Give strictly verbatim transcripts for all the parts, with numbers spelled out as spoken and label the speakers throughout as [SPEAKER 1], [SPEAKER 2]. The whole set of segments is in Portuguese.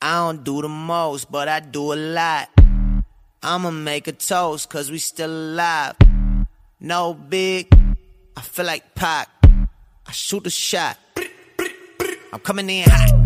[SPEAKER 1] I don't do the most, but I do a lot. I'ma make a toast, cause we still alive. No big, I feel like Pac. I shoot a shot. I'm coming in hot.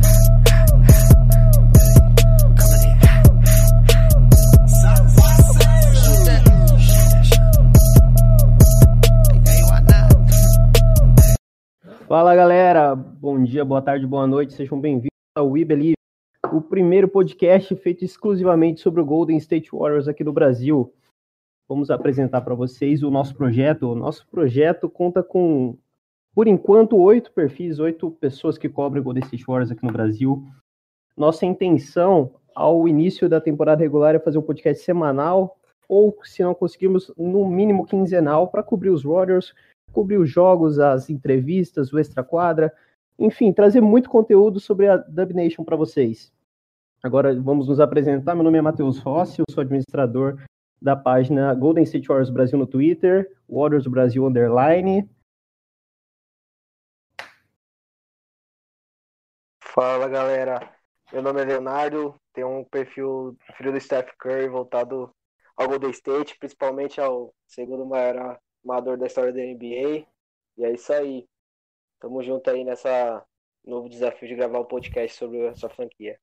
[SPEAKER 2] Fala galera, bom dia, boa tarde, boa noite, sejam bem-vindos ao We Believe, o primeiro podcast feito exclusivamente sobre o Golden State Warriors aqui no Brasil. Vamos apresentar para vocês o nosso projeto. O nosso projeto conta com, por enquanto, oito perfis, oito pessoas que cobrem o Golden State Warriors aqui no Brasil. Nossa intenção ao início da temporada regular é fazer um podcast semanal, ou se não conseguirmos, no mínimo quinzenal, para cobrir os Warriors, cobrir os jogos, as entrevistas, o extra-quadra, enfim, trazer muito conteúdo sobre a Dub Nation para vocês. Agora vamos nos apresentar. Meu nome é Matheus Rossi, eu sou administrador da página Golden State Warriors Brasil no Twitter, Warriors Brasil Underline.
[SPEAKER 3] Fala galera, meu nome é Leonardo, tenho um perfil filho do Steph Curry voltado ao Golden State, principalmente ao segundo maior amador da história da N B A. E é isso aí. Tamo junto aí nessa novo desafio de gravar um podcast sobre essa franquia.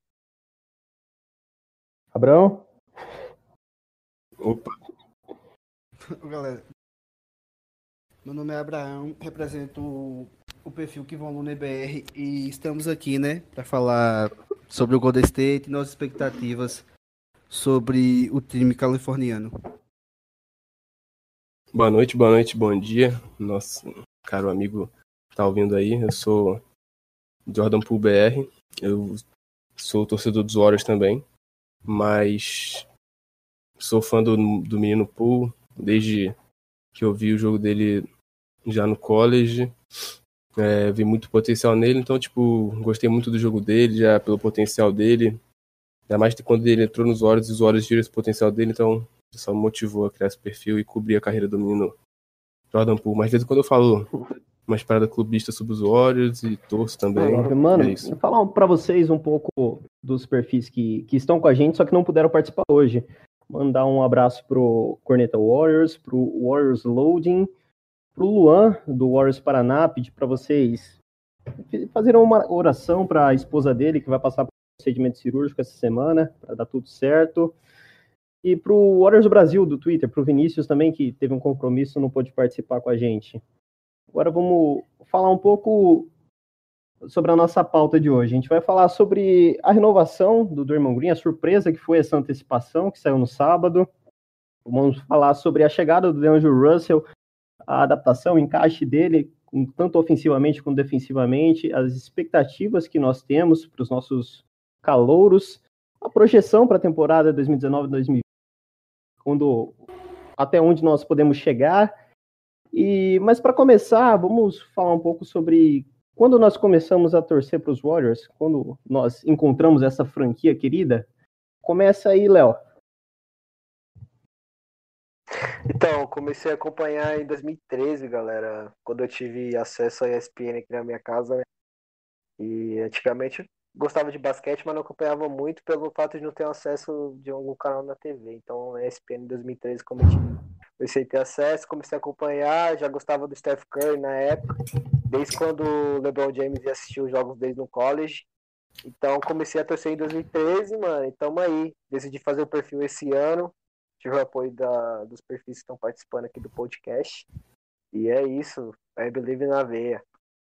[SPEAKER 2] Abrão?
[SPEAKER 4] Opa.
[SPEAKER 5] Galera, meu nome é Abraão, represento o, o perfil Que Vão Lune B R e estamos aqui, né, para falar sobre o Golden State e nossas expectativas sobre o time californiano.
[SPEAKER 4] Boa noite, boa noite, bom dia, nosso caro amigo que tá ouvindo aí. Eu sou Jordan Poole B R, eu sou torcedor dos Warriors também, mas sou fã do, do menino Poole desde que eu vi o jogo dele já no college. É, vi muito potencial nele, então tipo, gostei muito do jogo dele, já pelo potencial dele, ainda mais que quando ele entrou nos Warriors, os Warriors viram esse potencial dele, então só me motivou a criar esse perfil e cobrir a carreira do menino Jordan Poole. Mas de vez em quando eu falo umas paradas clubistas sobre os Warriors e torço também.
[SPEAKER 2] Mano,
[SPEAKER 4] é isso.
[SPEAKER 2] vou falar pra vocês um pouco dos perfis que, que estão com a gente, só que não puderam participar hoje. Mandar um abraço pro Corneta Warriors, pro Warriors Loading, pro Luan, do Warriors Paraná, pedir pra vocês fazerem uma oração pra esposa dele, que vai passar por um procedimento cirúrgico essa semana, pra dar tudo certo. E pro Warriors Brasil, do Twitter, pro Vinícius também, que teve um compromisso e não pôde participar com a gente. Agora vamos falar um pouco sobre a nossa pauta de hoje. A gente vai falar sobre a renovação do Draymond Green, a surpresa que foi essa antecipação que saiu no sábado. Vamos falar sobre a chegada do DeAngelo Russell, a adaptação, o encaixe dele, tanto ofensivamente quanto defensivamente, as expectativas que nós temos para os nossos calouros, a projeção para a temporada dois mil e dezenove dois mil e vinte, quando, até onde nós podemos chegar. E, mas para começar, vamos falar um pouco sobre quando nós começamos a torcer para os Warriors, quando nós encontramos essa franquia querida. Começa aí, Léo.
[SPEAKER 3] Então, comecei a acompanhar em dois mil e treze, galera, quando eu tive acesso à E S P N aqui na minha casa. E antigamente eu gostava de basquete, mas não acompanhava muito pelo fato de não ter acesso de algum canal na T V. Então, a E S P N em dois mil e treze, comecei a ter acesso, comecei a acompanhar, já gostava do Steph Curry na época, desde quando o LeBron James ia assistir os jogos dele no college. Então, comecei a torcer em dois mil e treze, mano, e tamo aí. Decidi fazer o perfil esse ano, tive o apoio da, dos perfis que estão participando aqui do podcast. E é isso, I believe na veia.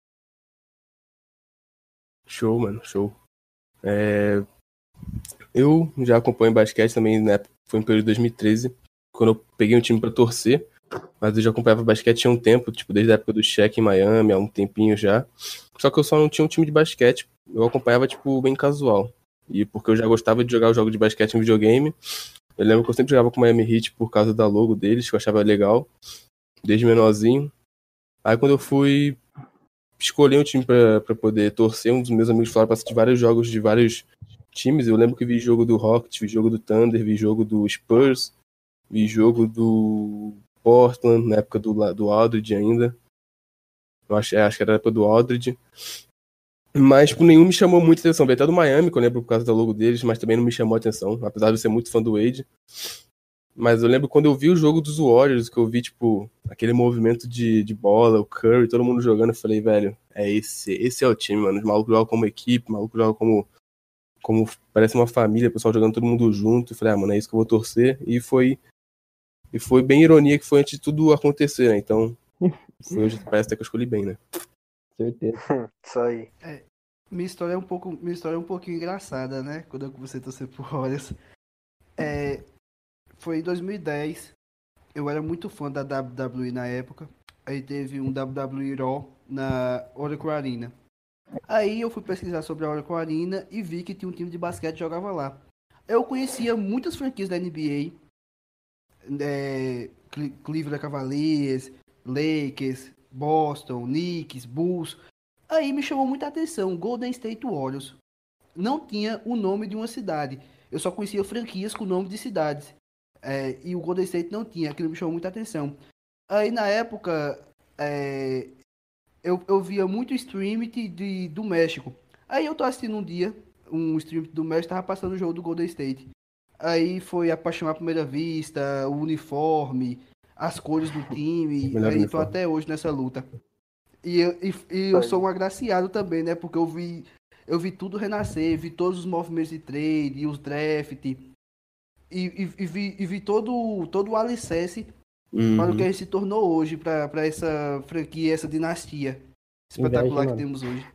[SPEAKER 4] Show, mano, show. É... Eu já acompanho basquete também, né? Foi no período de dois mil e treze, quando eu peguei um time pra torcer, mas eu já acompanhava basquete há um tempo, tipo, desde a época do Shaq em Miami, há um tempinho já. Só que eu só não tinha um time de basquete, eu acompanhava, tipo, bem casual. E porque eu já gostava de jogar o jogo de basquete em videogame, eu lembro que eu sempre jogava com o Miami Heat por causa da logo deles, que eu achava legal, desde menorzinho. Aí quando eu fui escolhi um time pra, pra poder torcer, um dos meus amigos falaram pra assistir vários jogos de vários times. Eu lembro que vi jogo do Rockets, vi jogo do Thunder, vi jogo do Spurs, vi jogo do Portland, na época do, do Aldridge ainda. Eu acho, acho que era a época do Aldridge. Mas, tipo, nenhum me chamou muita atenção. Veio até do Miami, que eu lembro por causa do logo deles, mas também não me chamou a atenção, apesar de eu ser muito fã do Wade. Mas eu lembro quando eu vi o jogo dos Warriors, que eu vi, tipo, aquele movimento de, de bola, o Curry, todo mundo jogando, eu falei, velho, é esse, esse é o time, mano. Os malucos jogam como equipe, os malucos jogam como, como parece uma família, o pessoal jogando todo mundo junto. Eu falei, ah, mano, é isso que eu vou torcer. E foi, e foi bem ironia que foi antes de tudo acontecer, né? Então, foi hoje, parece até que eu escolhi bem, né?
[SPEAKER 2] Certeza.
[SPEAKER 3] Isso aí.
[SPEAKER 5] Minha história é um pouco, minha história é um pouquinho engraçada, né? Quando eu comecei a torcer por Warriors. É, foi em dois mil e dez. Eu era muito fã da W W E na época. Aí teve um W W E Raw na Oracle Arena. Aí eu fui pesquisar sobre a Oracle Arena e vi que tinha um time de basquete que jogava lá. Eu conhecia muitas franquias da N B A. É, Cleveland Cavaliers, Lakers, Boston, Knicks, Bulls. Aí me chamou muita atenção, Golden State Warriors. Não tinha o nome de uma cidade. Eu só conhecia franquias com nome de cidades. É, e o Golden State não tinha, aquilo me chamou muita atenção. Aí na época, é, eu, eu via muito stream de, de- do México. Aí eu tô assistindo um dia, um stream do México, tava passando o jogo do Golden State. Aí foi a paixão à primeira vista, o uniforme, as cores do time.
[SPEAKER 4] Melhor
[SPEAKER 5] Aí tô
[SPEAKER 4] uniforme.
[SPEAKER 5] até hoje nessa luta. E eu, e, e eu sou um agraciado também, né? Porque eu vi, eu vi tudo renascer, vi todos os movimentos de trade, os draft, e, e, e vi, e vi todo, todo o alicerce para o que a
[SPEAKER 4] Uhum.
[SPEAKER 5] gente se tornou hoje, para essa franquia, essa dinastia espetacular
[SPEAKER 2] Inveja,
[SPEAKER 5] que
[SPEAKER 2] mano.
[SPEAKER 5] temos hoje.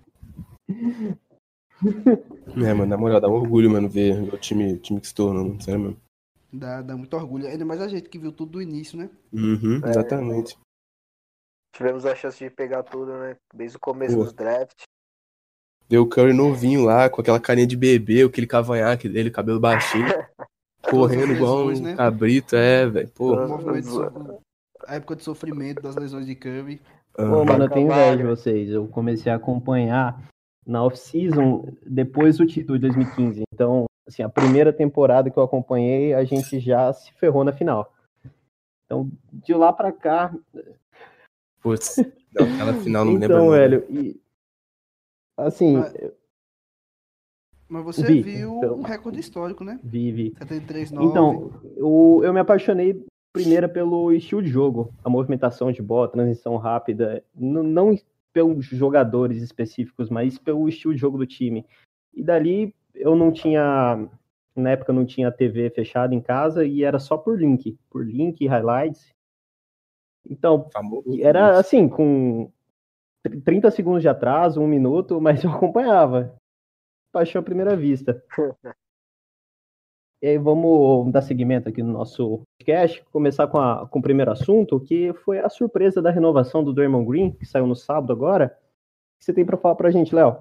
[SPEAKER 4] É, mano, na moral, dá um orgulho, mano, ver o time, time que se tornou, mano, sério mesmo.
[SPEAKER 5] Dá, dá muito orgulho. Ainda mais a gente que viu tudo do início, né?
[SPEAKER 4] Uhum, exatamente.
[SPEAKER 3] Tivemos a chance de pegar tudo, né? Desde o começo
[SPEAKER 4] Pô.
[SPEAKER 3] dos drafts.
[SPEAKER 4] Ver o Curry novinho lá, com aquela carinha de bebê, aquele cavanhaque dele, cabelo baixinho, correndo
[SPEAKER 5] as
[SPEAKER 4] igual
[SPEAKER 5] lesões,
[SPEAKER 4] um
[SPEAKER 5] né?
[SPEAKER 4] cabrito, é, velho, pô.
[SPEAKER 5] O movimento, de so- a época de sofrimento das lesões de Curry.
[SPEAKER 2] Pô,
[SPEAKER 4] Aham.
[SPEAKER 2] mano, eu tenho
[SPEAKER 3] Vaca
[SPEAKER 2] inveja de
[SPEAKER 3] magra.
[SPEAKER 2] vocês. Eu comecei a acompanhar na off-season depois do título de dois mil e quinze. Então, assim, a primeira temporada que eu acompanhei, a gente já se ferrou na final. Então, de lá pra cá.
[SPEAKER 4] Putz, não, aquela final não me lembra
[SPEAKER 2] Então,
[SPEAKER 4] não,
[SPEAKER 2] velho, e assim,
[SPEAKER 5] Mas, mas você
[SPEAKER 2] Vi,
[SPEAKER 5] viu
[SPEAKER 2] pelo-
[SPEAKER 5] um recorde histórico, né?
[SPEAKER 2] vive.
[SPEAKER 5] setenta e três nove.
[SPEAKER 2] Então, eu, eu me apaixonei primeiro pelo estilo de jogo, a movimentação de bola, a transição rápida, n- não pelos jogadores específicos, mas pelo estilo de jogo do time. E dali eu não tinha, na época não tinha T V fechada em casa e era só por link, por link, highlights. Então,
[SPEAKER 4] famoso.
[SPEAKER 2] era assim, com trinta segundos de atraso, um minuto, mas eu acompanhava. Paixão à primeira vista. E aí vamos dar seguimento aqui no nosso podcast, começar com, a, com o primeiro assunto, que foi a surpresa da renovação do Draymond Green, que saiu no sábado agora. O que você tem para falar pra gente, Léo?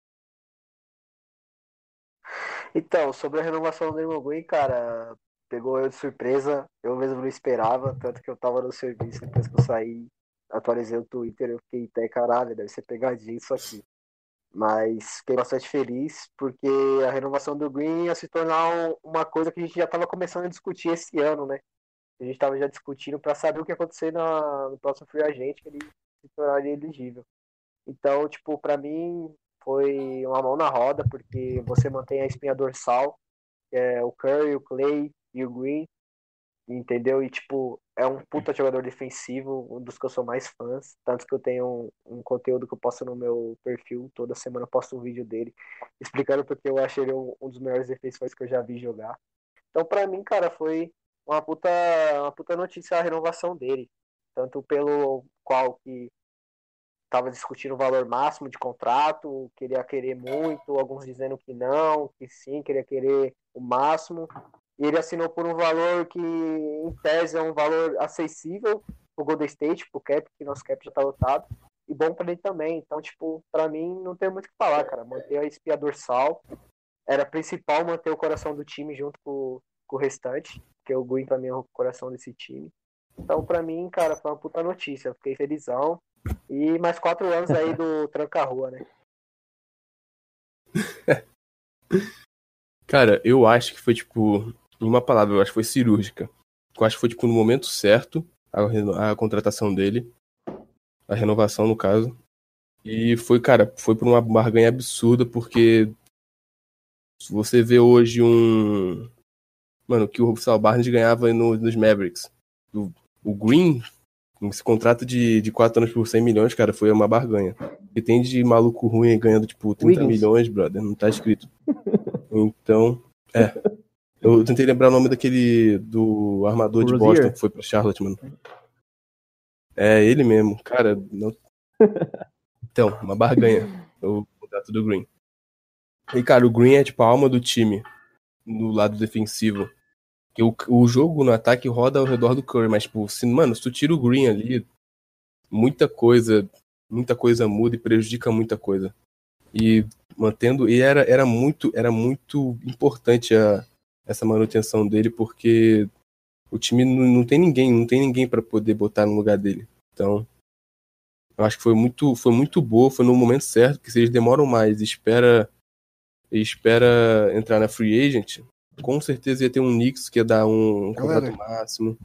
[SPEAKER 3] Então, sobre a renovação do Draymond Green, cara, pegou eu de surpresa. Eu mesmo não esperava, tanto que eu tava no serviço depois que eu saí, atualizei o Twitter, eu fiquei até, caralho, deve ser pegadinha isso aqui. Mas fiquei bastante feliz porque a renovação do Green ia se tornar um- uma coisa que a gente já estava começando a discutir esse ano, né? A gente estava já discutindo para saber o que ia acontecer na, no próximo free agent, que ele se tornaria elegível. Então, tipo, para mim foi uma mão na roda, porque você mantém a espinha dorsal, que é o Curry, o Clay e o Green, entendeu? E, tipo, é um puta jogador defensivo, um dos que eu sou mais fãs. Tanto que eu tenho um, um conteúdo que eu posto no meu perfil. Toda semana eu posto um vídeo dele, explicando porque eu acho ele um, um dos melhores defensores que eu já vi jogar. Então, pra mim, cara, foi uma puta, uma puta notícia a renovação dele. Tanto pelo qual que tava discutindo o valor máximo de contrato, queria querer muito, alguns dizendo que não, que sim, queria querer o máximo. E ele assinou por um valor que, em tese, é um valor acessível pro Golden State, pro cap, que nosso cap já tá lotado, e bom pra ele também. Então, tipo, pra mim, não tem muito o que falar, cara. Manter a espia dorsal era principal, manter o coração do time junto com, com o restante, porque o Green pra mim é o coração desse time. Então, pra mim, cara, foi uma puta notícia. Eu fiquei felizão. E mais quatro anos aí do Tranca-Rua, né?
[SPEAKER 4] Cara, eu acho que foi, tipo, em uma palavra, eu acho que foi cirúrgica. Eu acho que foi, tipo, no momento certo, a, reno- a contratação dele, a renovação, no caso. E foi, cara, foi por uma barganha absurda, porque se você vê hoje um... Mano, que o Sal Barnes ganhava no, nos Mavericks. O, o Green, esse contrato de, de quatro anos por cem milhões, cara, foi uma barganha. E tem de maluco ruim ganhando, tipo, trinta
[SPEAKER 2] Wiggins.
[SPEAKER 4] milhões, brother, não tá escrito. Então, é. Eu tentei lembrar o nome daquele, do armador
[SPEAKER 2] O
[SPEAKER 4] de
[SPEAKER 2] Rozier?
[SPEAKER 4] Boston, que foi pra Charlotte, mano. É, ele mesmo. Cara, não... Então, uma barganha, o contrato do Green. E, cara, o Green é, tipo, a alma do time, no lado defensivo. Que o, o jogo no ataque roda ao redor do Curry, mas, tipo, se, mano, se tu tira o Green ali, muita coisa, muita coisa muda e prejudica muita coisa. E mantendo, e era, era muito, era muito importante a, essa manutenção dele, porque o time não, não tem ninguém, não tem ninguém para poder botar no lugar dele. Então, eu acho que foi muito, foi muito boa, foi no momento certo, porque se eles demoram mais e espera, e espera entrar na free agent, com certeza ia ter um Knicks que ia dar um, um
[SPEAKER 5] Galera.
[SPEAKER 4] contrato máximo.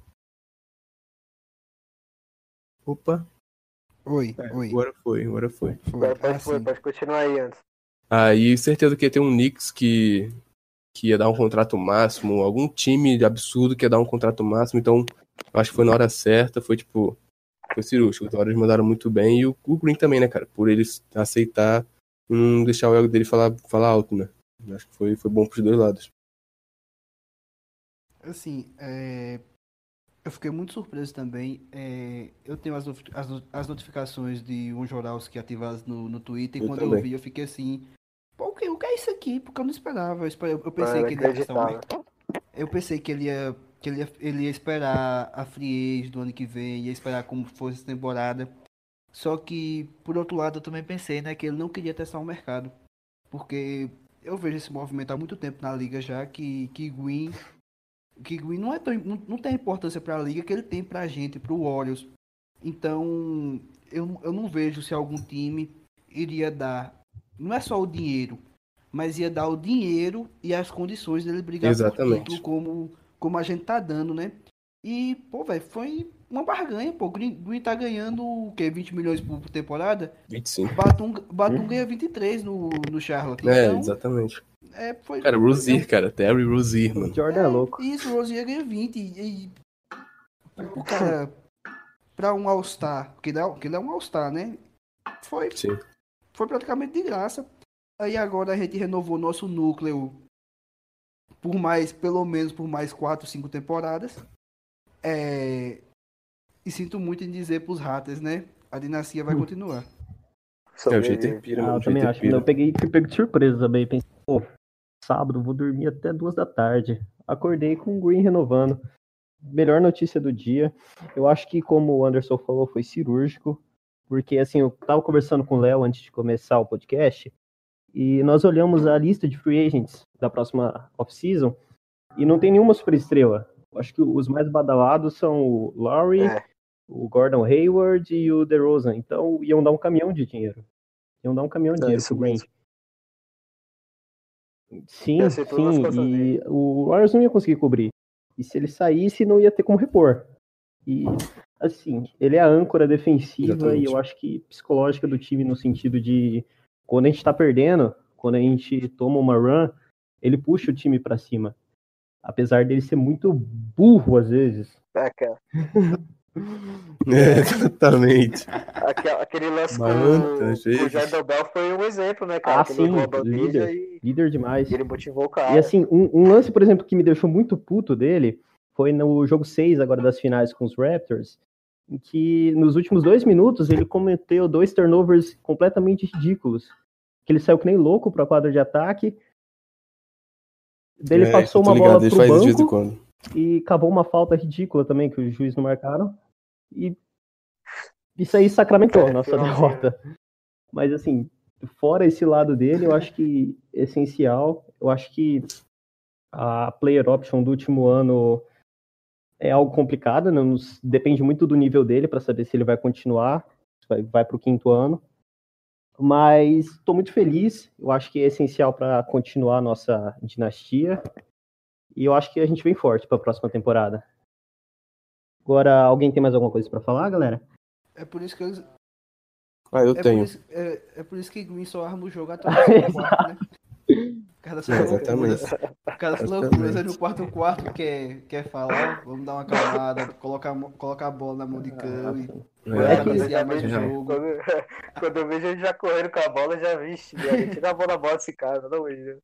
[SPEAKER 4] Opa,
[SPEAKER 5] Oi,
[SPEAKER 4] é,
[SPEAKER 5] oi.
[SPEAKER 4] agora foi, agora foi.
[SPEAKER 5] Foi.
[SPEAKER 3] Agora pode,
[SPEAKER 5] Ah,
[SPEAKER 3] foi,
[SPEAKER 5] sim.
[SPEAKER 3] pode continuar aí antes.
[SPEAKER 4] Aí, certeza que ia ter um Knicks que, que ia dar um contrato máximo, algum time absurdo que ia dar um contrato máximo, então eu acho que foi na hora certa, foi tipo, foi cirúrgico, os Warriors mandaram muito bem, e o, o Green também, né, cara, por eles aceitar e não deixar o ego dele falar, falar alto, né, eu acho que foi, foi bom pros dois lados.
[SPEAKER 5] Assim, é, eu fiquei muito surpreso também. é, Eu tenho as, nofi- as no- as notificações de um Joralski ativadas no, no Twitter, e
[SPEAKER 4] Eu
[SPEAKER 5] quando
[SPEAKER 4] também.
[SPEAKER 5] eu vi, eu fiquei assim, pô, o que, o que é isso aqui? Porque eu não esperava. Eu, espe- eu pensei
[SPEAKER 3] Mano,
[SPEAKER 5] que ele ia testar o
[SPEAKER 3] inacreditável.
[SPEAKER 5] mercado. Eu pensei que ele ia, que ele ia, ele ia esperar a free agent do ano que vem, ia esperar como fosse a temporada. Só que, por outro lado, eu também pensei, né, que ele não queria testar o mercado. Porque eu vejo esse movimento há muito tempo na liga já, que, que Green, que Green não, é tão, não, não tem a importância para a liga que ele tem para a gente, para o Warriors. Então, eu, eu não vejo se algum time iria dar, não é só o dinheiro, mas ia dar o dinheiro e as condições dele brigar por título,
[SPEAKER 4] Exatamente.
[SPEAKER 5] como, como a gente tá dando, né? E, pô, velho, foi uma barganha, pô. Green, Green tá ganhando o quê? vinte milhões por, por temporada?
[SPEAKER 4] vinte e cinco.
[SPEAKER 5] Batum, Batum ganha vinte e três no, no Charlotte.
[SPEAKER 4] É,
[SPEAKER 5] Então,
[SPEAKER 4] exatamente.
[SPEAKER 5] é, foi.
[SPEAKER 4] Cara,
[SPEAKER 5] foi é,
[SPEAKER 4] Rozier, cara, Terry Rozier,
[SPEAKER 2] O
[SPEAKER 4] mano.
[SPEAKER 2] Jordan é louco.
[SPEAKER 5] isso, o Rozier ganha vinte. E, e o cara, pra um All-Star, que ele é, que ele é um All-Star, né? Foi,
[SPEAKER 4] Sim.
[SPEAKER 5] foi praticamente de graça. Aí agora a gente renovou nosso núcleo por mais, pelo menos por mais quatro, cinco temporadas. É, e sinto muito em dizer pros haters, né? A dinastia vai continuar.
[SPEAKER 4] É, o Jeter
[SPEAKER 3] Sobrevive.
[SPEAKER 4] pira,
[SPEAKER 2] Ah,
[SPEAKER 4] mano,
[SPEAKER 2] eu
[SPEAKER 4] o
[SPEAKER 2] também
[SPEAKER 4] Jeter
[SPEAKER 2] acho.
[SPEAKER 4] pira.
[SPEAKER 2] Eu peguei, fui pego de surpresa também. Pensei, pô, sábado vou dormir até duas da tarde. Acordei com o Green renovando. Melhor notícia do dia. Eu acho que, como o Anderson falou, foi cirúrgico. Porque, assim, eu tava conversando com o Léo antes de começar o podcast. E nós olhamos a lista de free agents da próxima off-season. E não tem nenhuma superestrela. Eu acho que os mais badalados são o Lowry,
[SPEAKER 3] É.
[SPEAKER 2] o Gordon Hayward e o DeRozan. Então, iam dar um caminhão de dinheiro. Iam dar um caminhão de
[SPEAKER 3] É
[SPEAKER 2] dinheiro
[SPEAKER 3] isso
[SPEAKER 2] pro Green.
[SPEAKER 3] mesmo.
[SPEAKER 2] Sim,
[SPEAKER 3] Ia ser todas as
[SPEAKER 2] sim.
[SPEAKER 3] costas
[SPEAKER 2] E
[SPEAKER 3] dele.
[SPEAKER 2] o Warriors não ia conseguir cobrir. E se ele saísse, não ia ter como repor. E, assim, ele é a âncora defensiva
[SPEAKER 4] Exatamente.
[SPEAKER 2] e eu acho que psicológica do time no sentido de quando a gente tá perdendo, quando a gente toma uma run, ele puxa o time pra cima. Apesar dele ser muito burro às vezes.
[SPEAKER 3] É, cara.
[SPEAKER 4] É, exatamente.
[SPEAKER 3] Aque- Aquele lance
[SPEAKER 4] Mano,
[SPEAKER 3] com,
[SPEAKER 4] às
[SPEAKER 3] com o
[SPEAKER 4] vezes.
[SPEAKER 3] Jordan Bell foi um exemplo, né, cara?
[SPEAKER 2] Ah,
[SPEAKER 3] Que
[SPEAKER 2] sim,
[SPEAKER 3] ele errou a bandeja
[SPEAKER 2] líder.
[SPEAKER 3] e,
[SPEAKER 2] Líder demais.
[SPEAKER 3] e ele motivou o
[SPEAKER 2] E
[SPEAKER 3] cara.
[SPEAKER 2] assim, um, um lance, por exemplo, que me deixou muito puto dele foi no jogo seis agora das finais com os Raptors, em que nos últimos dois minutos ele cometeu dois turnovers completamente ridículos. Que ele saiu que nem louco pra quadra de ataque. Daí ele
[SPEAKER 4] É,
[SPEAKER 2] passou
[SPEAKER 4] eu tô
[SPEAKER 2] uma
[SPEAKER 4] ligado,
[SPEAKER 2] bola
[SPEAKER 4] ele
[SPEAKER 2] pro
[SPEAKER 4] faz isso de vez em
[SPEAKER 2] banco
[SPEAKER 4] quando.
[SPEAKER 2] e cavou uma falta ridícula também, que os juízes não marcaram. E isso aí sacramentou a
[SPEAKER 3] É,
[SPEAKER 2] nossa
[SPEAKER 3] finalzinho.
[SPEAKER 2] derrota. Mas assim, fora esse lado dele, eu acho que essencial. Eu acho que a player option do último ano é algo complicado, né? Nos- depende muito do nível dele para saber se ele vai continuar, vai, vai para o quinto ano. Mas estou muito feliz, eu acho que é essencial para continuar a nossa dinastia. E eu acho que a gente vem forte para a próxima temporada. Agora, alguém tem mais alguma coisa para falar, galera?
[SPEAKER 5] É por isso que eles.
[SPEAKER 4] Ah, eu
[SPEAKER 5] É por
[SPEAKER 4] tenho.
[SPEAKER 5] isso, é, é por isso que Green só arma o jogo atrás do seu quarto, né? Cada
[SPEAKER 4] É, exatamente.
[SPEAKER 5] loucuras. Cada loucuras aí no
[SPEAKER 4] Exatamente.
[SPEAKER 5] quarto quarto quer, quer falar, ó, vamos dar uma acalmada, colocar, a mo- colocar a bola na mão de Curry,
[SPEAKER 2] É
[SPEAKER 3] Mano,
[SPEAKER 5] bora
[SPEAKER 2] que
[SPEAKER 3] quando eu já
[SPEAKER 5] cadenciar mais o
[SPEAKER 3] vejo.
[SPEAKER 4] Real.
[SPEAKER 5] jogo.
[SPEAKER 3] Quando, quando eu vejo ele já correndo com a bola, já vixe, velho. Tira a bola da bola desse cara, não vejo.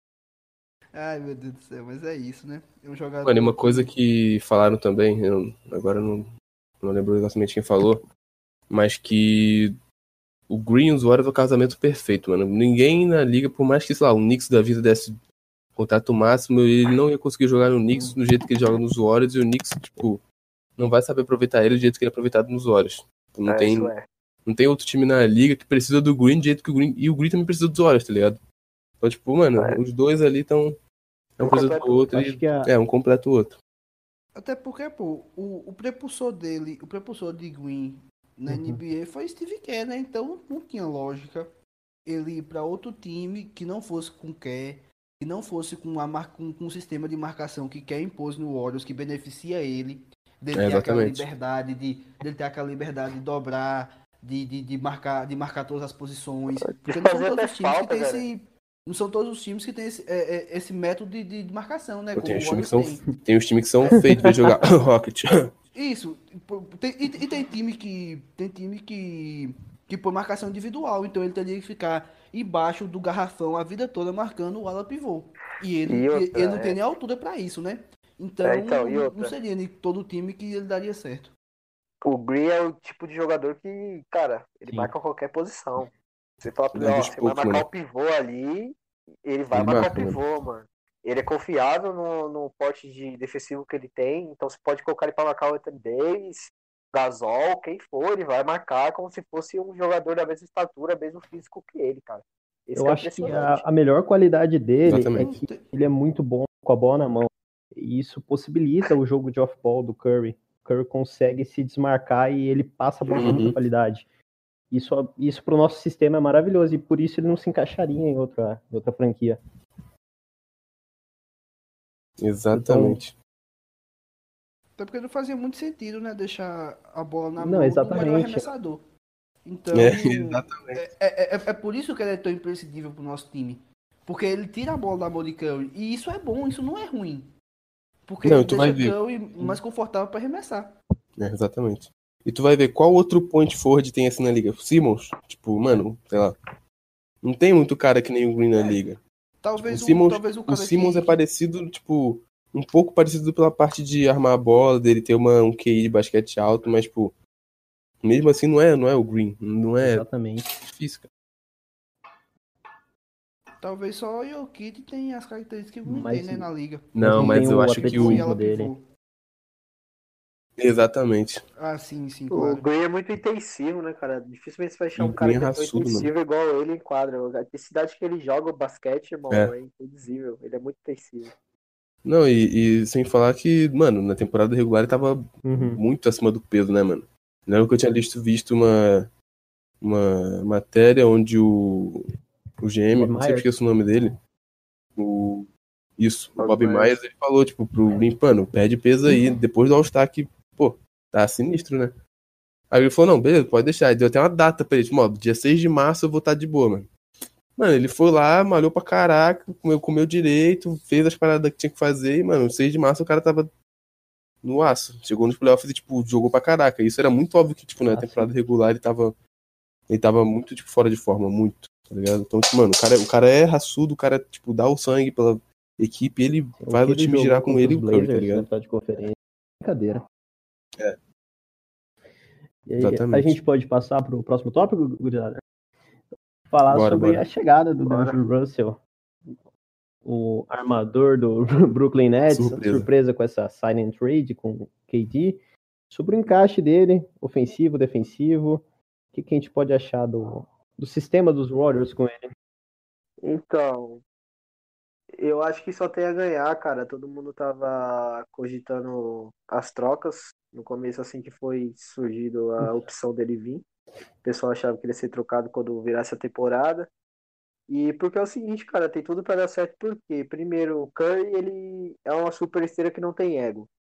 [SPEAKER 5] Ai, meu Deus do céu, mas é isso, né? É um
[SPEAKER 4] Mano, e
[SPEAKER 5] jogador
[SPEAKER 4] uma coisa
[SPEAKER 5] que.
[SPEAKER 4] que falaram também, eu agora não, não lembro exatamente quem falou, mas que o Green e os Warriors é o casamento perfeito, mano. Ninguém na liga, por mais que, sei lá, o Knicks da vida desse contrato máximo, ele não ia conseguir jogar no Knicks do jeito que ele joga nos Warriors, e o Knicks, tipo, não vai saber aproveitar ele do jeito que ele é aproveitado nos Warriors. Tipo, não
[SPEAKER 3] É, isso
[SPEAKER 4] tem,
[SPEAKER 3] é.
[SPEAKER 4] não tem outro time na liga que precisa do Green do jeito que o Green, e o Green também precisa dos Warriors, tá ligado? Então, tipo, mano,
[SPEAKER 3] É.
[SPEAKER 4] os dois ali estão, um
[SPEAKER 3] Um
[SPEAKER 4] precisa do
[SPEAKER 3] completo
[SPEAKER 4] outro
[SPEAKER 2] acho
[SPEAKER 4] e,
[SPEAKER 2] que a,
[SPEAKER 4] é, um completa o outro.
[SPEAKER 5] Até porque, pô, o, o prepulsor dele, o prepulsor de Green na
[SPEAKER 2] Uhum.
[SPEAKER 5] N B A foi Steve Kerr, né? Então não tinha lógica ele ir pra outro time que não fosse com Kerr, que não fosse com, a mar, com, com um sistema de marcação que Kerr impôs no Warriors, que beneficia ele, dele
[SPEAKER 4] É,
[SPEAKER 5] ter aquela
[SPEAKER 4] exatamente.
[SPEAKER 5] liberdade de, dele ter aquela liberdade de dobrar, de, de, de marcar, de marcar todas as posições.
[SPEAKER 3] De
[SPEAKER 5] Porque não são
[SPEAKER 3] fazer
[SPEAKER 5] todos
[SPEAKER 3] até
[SPEAKER 5] os times que
[SPEAKER 3] falta,
[SPEAKER 5] tem
[SPEAKER 3] cara.
[SPEAKER 5] esse. Não são todos os times que têm esse, é, é, esse método de, de, de marcação, né?
[SPEAKER 4] Pô, tem
[SPEAKER 5] Como
[SPEAKER 4] os
[SPEAKER 5] o
[SPEAKER 4] times que
[SPEAKER 5] Warriors
[SPEAKER 4] são,
[SPEAKER 5] tem.
[SPEAKER 4] tem os times que são feitos de jogar Rocket.
[SPEAKER 5] Isso. pô, tem- e, e tem time que. Tem time que. Que põe marcação individual. Então ele teria que ficar embaixo do garrafão a vida toda marcando o ala pivô. E ele,
[SPEAKER 3] E
[SPEAKER 5] e- ele não
[SPEAKER 3] outra,
[SPEAKER 5] tem
[SPEAKER 3] é.
[SPEAKER 5] nem altura pra isso, né?
[SPEAKER 3] É,
[SPEAKER 5] Então
[SPEAKER 3] então, e
[SPEAKER 5] não, não
[SPEAKER 3] outra.
[SPEAKER 5] seria nem todo time que ele daria certo.
[SPEAKER 3] O Green é o tipo de jogador que, cara, ele
[SPEAKER 2] sim.
[SPEAKER 3] marca qualquer posição. Você fala pra ele,
[SPEAKER 4] É
[SPEAKER 3] ó,
[SPEAKER 4] dos
[SPEAKER 3] você vai
[SPEAKER 4] poucos,
[SPEAKER 3] marcar
[SPEAKER 4] mano.
[SPEAKER 3] o pivô ali, ele vai
[SPEAKER 4] Ele
[SPEAKER 3] marcar o
[SPEAKER 4] marca, mano.
[SPEAKER 3] pivô, mano. Ele é confiável no, no porte de defensivo que ele tem, então você pode colocar ele pra marcar o Anthony Davis, Gasol, quem for, ele vai marcar como se fosse um jogador da mesma estatura, mesmo físico que ele, cara. Esse
[SPEAKER 2] Eu
[SPEAKER 3] que é
[SPEAKER 2] acho que a,
[SPEAKER 3] impressionante.
[SPEAKER 2] a melhor qualidade dele é
[SPEAKER 5] Não
[SPEAKER 4] Exatamente.
[SPEAKER 2] que
[SPEAKER 5] tem-
[SPEAKER 2] ele é muito bom com a bola na mão. E isso possibilita o jogo de off-ball do Curry. O Curry consegue se desmarcar e ele passa a bola com muita
[SPEAKER 4] Uhum.
[SPEAKER 2] qualidade. Isso, isso para o nosso sistema é maravilhoso e por isso ele não se encaixaria em outra, em outra franquia. Então,
[SPEAKER 4] Exatamente.
[SPEAKER 5] Até porque não fazia muito sentido, né? Deixar a bola na
[SPEAKER 2] não,
[SPEAKER 5] mão do melhor
[SPEAKER 2] exatamente.
[SPEAKER 5] arremessador. Então,
[SPEAKER 4] É, exatamente.
[SPEAKER 5] é, é, é, é por isso que ele é tão imprescindível pro nosso time. Porque ele tira a bola da mão de Curry. E isso é bom, isso não é ruim. Porque
[SPEAKER 4] Não,
[SPEAKER 5] ele
[SPEAKER 4] e tu vai
[SPEAKER 5] deixa
[SPEAKER 4] ver.
[SPEAKER 5] Curry mais confortável para arremessar.
[SPEAKER 4] É, exatamente. E tu vai ver qual outro point forward tem assim na liga. Simmons, tipo, mano, sei lá. Não tem muito cara que nem o Green na
[SPEAKER 5] É,
[SPEAKER 4] liga. Tipo, o
[SPEAKER 5] talvez o,
[SPEAKER 4] Simmons,
[SPEAKER 5] talvez o
[SPEAKER 4] o
[SPEAKER 5] cara
[SPEAKER 4] Simmons
[SPEAKER 5] que,
[SPEAKER 4] é
[SPEAKER 5] que
[SPEAKER 4] parecido, tipo, um pouco parecido pela parte de armar a bola, dele ter uma, um Q I de basquete alto, mas, tipo, mesmo assim não é, não é o Green. Não é
[SPEAKER 2] Exatamente.
[SPEAKER 4] difícil, cara.
[SPEAKER 5] talvez só o Jokic tem as características que o Green tem,
[SPEAKER 2] Mas,
[SPEAKER 5] né, na liga.
[SPEAKER 2] mas
[SPEAKER 4] Não,
[SPEAKER 2] não
[SPEAKER 4] mas
[SPEAKER 2] tem
[SPEAKER 4] eu
[SPEAKER 2] o
[SPEAKER 4] acho que
[SPEAKER 5] Pivô e
[SPEAKER 4] o.
[SPEAKER 5] ela
[SPEAKER 2] atleticismo dele.
[SPEAKER 5] pivô.
[SPEAKER 4] Exatamente.
[SPEAKER 5] Ah, sim, sim,
[SPEAKER 3] O
[SPEAKER 5] claro.
[SPEAKER 3] Green é muito intensivo, né, cara? Dificilmente você vai achar
[SPEAKER 4] E o
[SPEAKER 3] um cara
[SPEAKER 4] Green é
[SPEAKER 3] que é tão
[SPEAKER 4] raçudo, mano.
[SPEAKER 3] intensivo igual ele em quadra. A intensidade que ele joga o basquete, irmão,
[SPEAKER 4] É.
[SPEAKER 3] é indizível. Ele é muito intensivo.
[SPEAKER 4] Não, e, e sem falar que, mano, na temporada regular ele tava
[SPEAKER 2] Uhum.
[SPEAKER 4] muito acima do peso, né, mano? Lembro que eu tinha visto, visto uma, uma matéria onde o, o G M,
[SPEAKER 2] Bob
[SPEAKER 4] não sei
[SPEAKER 2] Myers.
[SPEAKER 4] esqueço o nome dele, o, isso, o
[SPEAKER 3] Bob
[SPEAKER 4] Bob
[SPEAKER 3] Myers.
[SPEAKER 4] Myers, ele falou, tipo, pro Green, mano, perde peso aí, depois do All-Star que, pô, tá sinistro, né? Aí ele falou, não, beleza, pode deixar. Ele deu até uma data pra ele, tipo, ó, dia seis de março eu vou estar de boa, mano. Mano, ele foi lá, malhou pra caraca, comeu, comeu direito, fez as paradas que tinha que fazer e, mano, seis de março o cara tava no aço. Chegou nos playoffs e, tipo, jogou pra caraca. Isso era muito óbvio que, tipo, na
[SPEAKER 2] Ah,
[SPEAKER 4] temporada
[SPEAKER 2] sim.
[SPEAKER 4] regular ele tava, ele tava muito, tipo, fora de forma, muito, tá ligado? Então, tipo, mano, o cara, o cara é raçudo, o cara, tipo, dá o sangue pela equipe, ele
[SPEAKER 2] O
[SPEAKER 4] faz
[SPEAKER 2] que
[SPEAKER 4] o
[SPEAKER 2] ele
[SPEAKER 4] time girar
[SPEAKER 2] jogou
[SPEAKER 4] com
[SPEAKER 2] contra
[SPEAKER 4] ele
[SPEAKER 2] os
[SPEAKER 4] e o Curry, tá
[SPEAKER 2] Blazers na
[SPEAKER 4] ligado?
[SPEAKER 2] final de conferência. Brincadeira.
[SPEAKER 4] É.
[SPEAKER 2] E aí, a
[SPEAKER 4] Exatamente.
[SPEAKER 2] gente pode passar para o próximo tópico, gurizada? Falar
[SPEAKER 4] Bora,
[SPEAKER 2] sobre
[SPEAKER 4] bora.
[SPEAKER 2] a chegada do
[SPEAKER 3] Bora.
[SPEAKER 2] D'Angelo Russell, o armador do Brooklyn Nets,
[SPEAKER 4] Surpresa.
[SPEAKER 2] surpresa com essa sign and trade com o K D. Sobre o encaixe dele, ofensivo, defensivo, o que, que a gente pode achar do, do sistema dos Warriors com ele?
[SPEAKER 3] Então, eu acho que só tem a ganhar, cara. Todo mundo tava cogitando as trocas. No começo, assim que foi surgido a opção dele vir. O pessoal achava que ele ia ser trocado quando virasse a temporada. E porque é o seguinte, cara, tem tudo pra dar certo. Porque, primeiro, o Curry, ele é uma super estrela que não tem ego.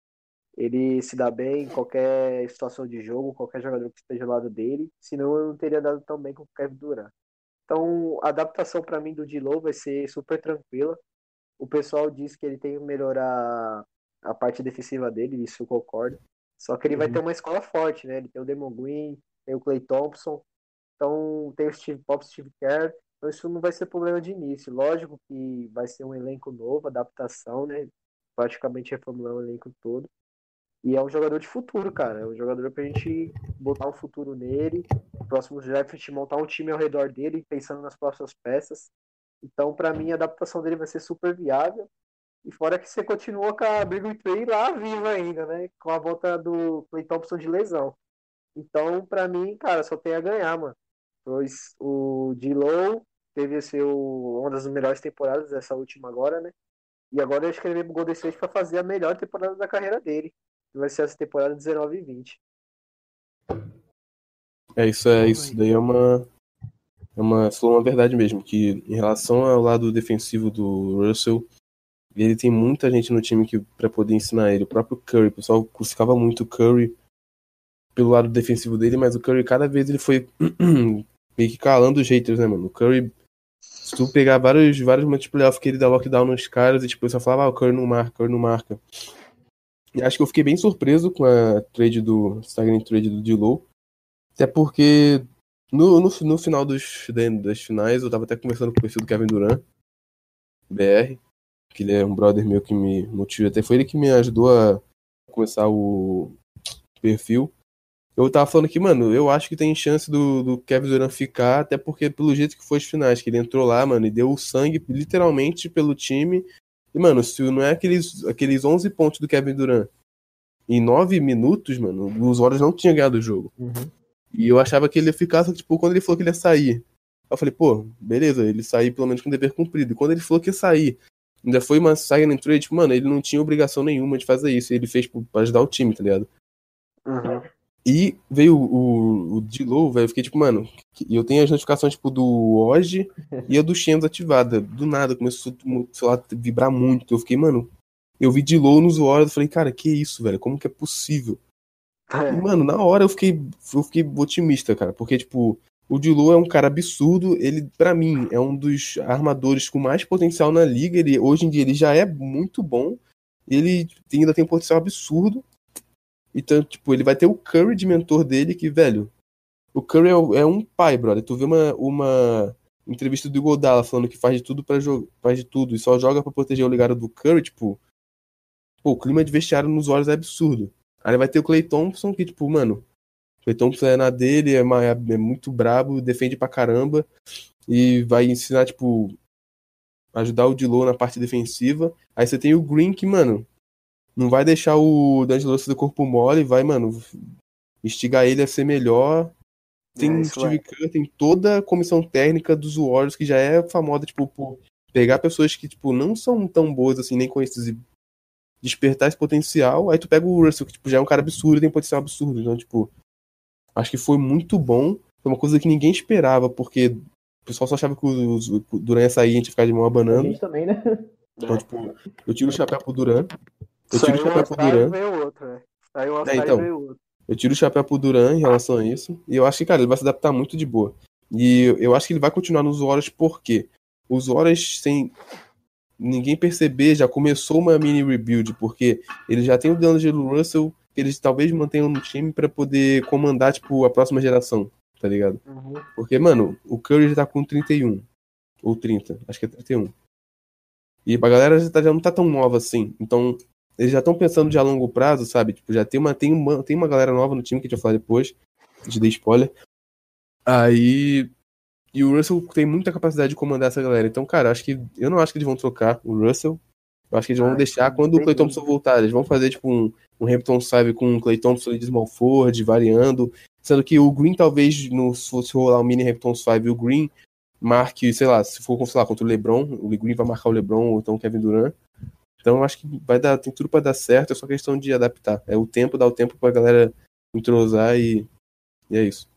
[SPEAKER 3] Ele se dá bem em qualquer situação de jogo, qualquer jogador que esteja ao lado dele, senão eu não teria dado tão bem com o Kevin Durant. Então, a adaptação para mim do D'Lo vai ser super tranquila. O pessoal diz que ele tem que melhorar a parte defensiva dele, isso eu concordo. Só que ele vai ter
[SPEAKER 2] Uhum.
[SPEAKER 3] uma escola forte, né? Ele tem o Damon Green, tem o Klay Thompson, então tem o Steve Pop, Steve Kerr. Então isso não vai ser problema de início. Lógico que vai ser um elenco novo, adaptação, né? Praticamente reformular o elenco todo. E é um jogador de futuro, cara. É um jogador pra gente botar um futuro nele. Próximo draft, montar um time ao redor dele, pensando nas próximas peças. Então, pra mim, a adaptação dele vai ser super viável. E fora que você continua com a Big Tree lá viva ainda, né? Com a volta do Klay Thompson de lesão. Então, pra mim, cara, só tem a ganhar, mano. Pois o D-Low teve esse, o, uma das melhores temporadas dessa última agora, né? E agora eu acho que ele veio pro Golden State pra fazer a melhor temporada da carreira dele. Que vai ser essa temporada dezenove e vinte.
[SPEAKER 4] É, isso é
[SPEAKER 5] Pô,
[SPEAKER 4] isso
[SPEAKER 5] velho.
[SPEAKER 4] daí é uma, é uma, você falou uma verdade mesmo, que em relação ao lado defensivo do Russell, ele tem muita gente no time que para poder ensinar ele. O próprio Curry, o pessoal crucificava muito o Curry pelo lado defensivo dele, mas o Curry cada vez ele foi meio que calando os haters, né, mano? O Curry, se tu pegar vários, vários momentos de playoff que ele dá lockdown nos caras e tipo, só falava, ah, o Curry não marca, o Curry não marca. E acho que eu fiquei bem surpreso com a trade do Stagnant Trade do D-Low, até porque no, no, no final dos, das finais eu tava até conversando com o perfil do Kevin Durant, B R, que ele é um brother meu que me motiva, até foi ele que me ajudou a começar o perfil. Eu tava falando que, mano, eu acho que tem chance do, do Kevin Durant ficar, até porque pelo jeito que foi as finais, que ele entrou lá, mano, e deu o sangue literalmente pelo time. E, mano, se não é aqueles, aqueles onze pontos do Kevin Durant em nove minutos, mano, os Warriors não tinham ganhado o jogo.
[SPEAKER 2] Uhum.
[SPEAKER 4] E eu achava que ele ia ficar, só que, tipo, quando ele falou que ele ia sair, eu falei, pô, beleza, ele saiu pelo menos com o dever cumprido. E quando ele falou que ia sair, ainda foi uma sign and trade, tipo, mano, ele não tinha obrigação nenhuma de fazer isso. E ele fez tipo, pra ajudar o time, tá ligado?
[SPEAKER 3] Uhum.
[SPEAKER 4] E veio o, o, o D-Low, velho, eu fiquei tipo, mano, e eu tenho as notificações, tipo, do Oji e a do Shenzo ativada. Do nada, começou, sei lá, a vibrar muito. Eu fiquei, mano, eu vi D-Low nos Warriors, eu falei, cara, que isso, velho, como que é possível? E, mano, na hora eu fiquei, eu fiquei otimista, cara, porque, tipo, o D-Low é um cara absurdo, ele, pra mim, é um dos armadores com mais potencial na liga, ele, hoje em dia ele já é muito bom, ele ainda tem um potencial absurdo, então, tipo, ele vai ter o Curry de mentor dele, que, velho, o Curry é, é um pai, brother, tu vê uma, uma entrevista do Iguodala falando que faz de tudo para jogar, faz de tudo e só joga pra proteger o legado do Curry, tipo, pô, o clima de vestiário nos olhos é absurdo. Aí vai ter o Klay Thompson, que, tipo, mano, o Klay Thompson é na dele, é, uma- é muito brabo, defende pra caramba, e vai ensinar, tipo, ajudar o D-Lo na parte defensiva. Aí você tem o Green, que, mano, não vai deixar o D'Angelo Russell do corpo mole, vai, mano, instigar ele a ser melhor.
[SPEAKER 3] É
[SPEAKER 4] Tem o
[SPEAKER 3] isso,
[SPEAKER 4] Steve
[SPEAKER 3] vai.
[SPEAKER 4] Kerr, tem toda a comissão técnica dos Warriors, que já é famosa, tipo, por pegar pessoas que, tipo, não são tão boas, assim, nem conhecidas e despertar esse potencial. Aí tu pega o Russell, que, tipo, já é um cara absurdo e tem potencial absurdo. Então, tipo, acho que foi muito bom. Foi uma coisa que ninguém esperava, porque o pessoal só achava que o, o Duran ia sair e a gente ia ficar de mão
[SPEAKER 2] A
[SPEAKER 4] abanando.
[SPEAKER 2] gente também, né?
[SPEAKER 4] Então, tipo, eu tiro o chapéu pro Duran. Eu tiro o
[SPEAKER 3] Saiu um
[SPEAKER 4] chapéu pro
[SPEAKER 3] All-Star e
[SPEAKER 4] Duran.
[SPEAKER 3] veio o outro, né? Saiu um
[SPEAKER 4] É,
[SPEAKER 3] All-Star e
[SPEAKER 4] então,
[SPEAKER 3] veio o outro.
[SPEAKER 4] eu tiro o chapéu pro Duran em relação a isso. E eu acho que, cara, ele vai se adaptar muito de boa. E eu acho que ele vai continuar nos Warriors porque os Warriors, sem ninguém perceber, já começou uma mini rebuild, porque ele já tem o D'Angelo Russell, que eles talvez mantenham no time pra poder comandar, tipo, a próxima geração, tá ligado?
[SPEAKER 3] Uhum.
[SPEAKER 4] Porque, mano, o Curry já tá com trinta e um. Ou trinta, acho que é trinta e um. E a galera já, tá- já não tá tão nova assim. Então, eles já estão pensando já a longo prazo, sabe? Tipo, já tem uma, tem uma, tem uma galera nova no time que a gente vai falar depois. Te dei spoiler. Aí. E o Russell tem muita capacidade de comandar essa galera. Então, cara, acho que. Eu não acho que eles vão trocar o Russell. Eu acho que eles vão
[SPEAKER 3] Ah,
[SPEAKER 4] deixar quando o
[SPEAKER 3] sem
[SPEAKER 4] Klay Thompson
[SPEAKER 3] dúvida.
[SPEAKER 4] voltar. Eles vão fazer, tipo, um, um Hampton Five com o Klay Thompson e de Small Forward, variando. Sendo que o Green, talvez, no, se fosse rolar um mini Hampton Five, o Green marque, sei lá, se for sei lá, contra o LeBron, o Green vai marcar o LeBron ou então o Kevin Durant. Então eu acho que vai dar, tem tudo pra dar certo, é só questão de adaptar. É o tempo, dar o tempo pra galera entrosar e, e é isso.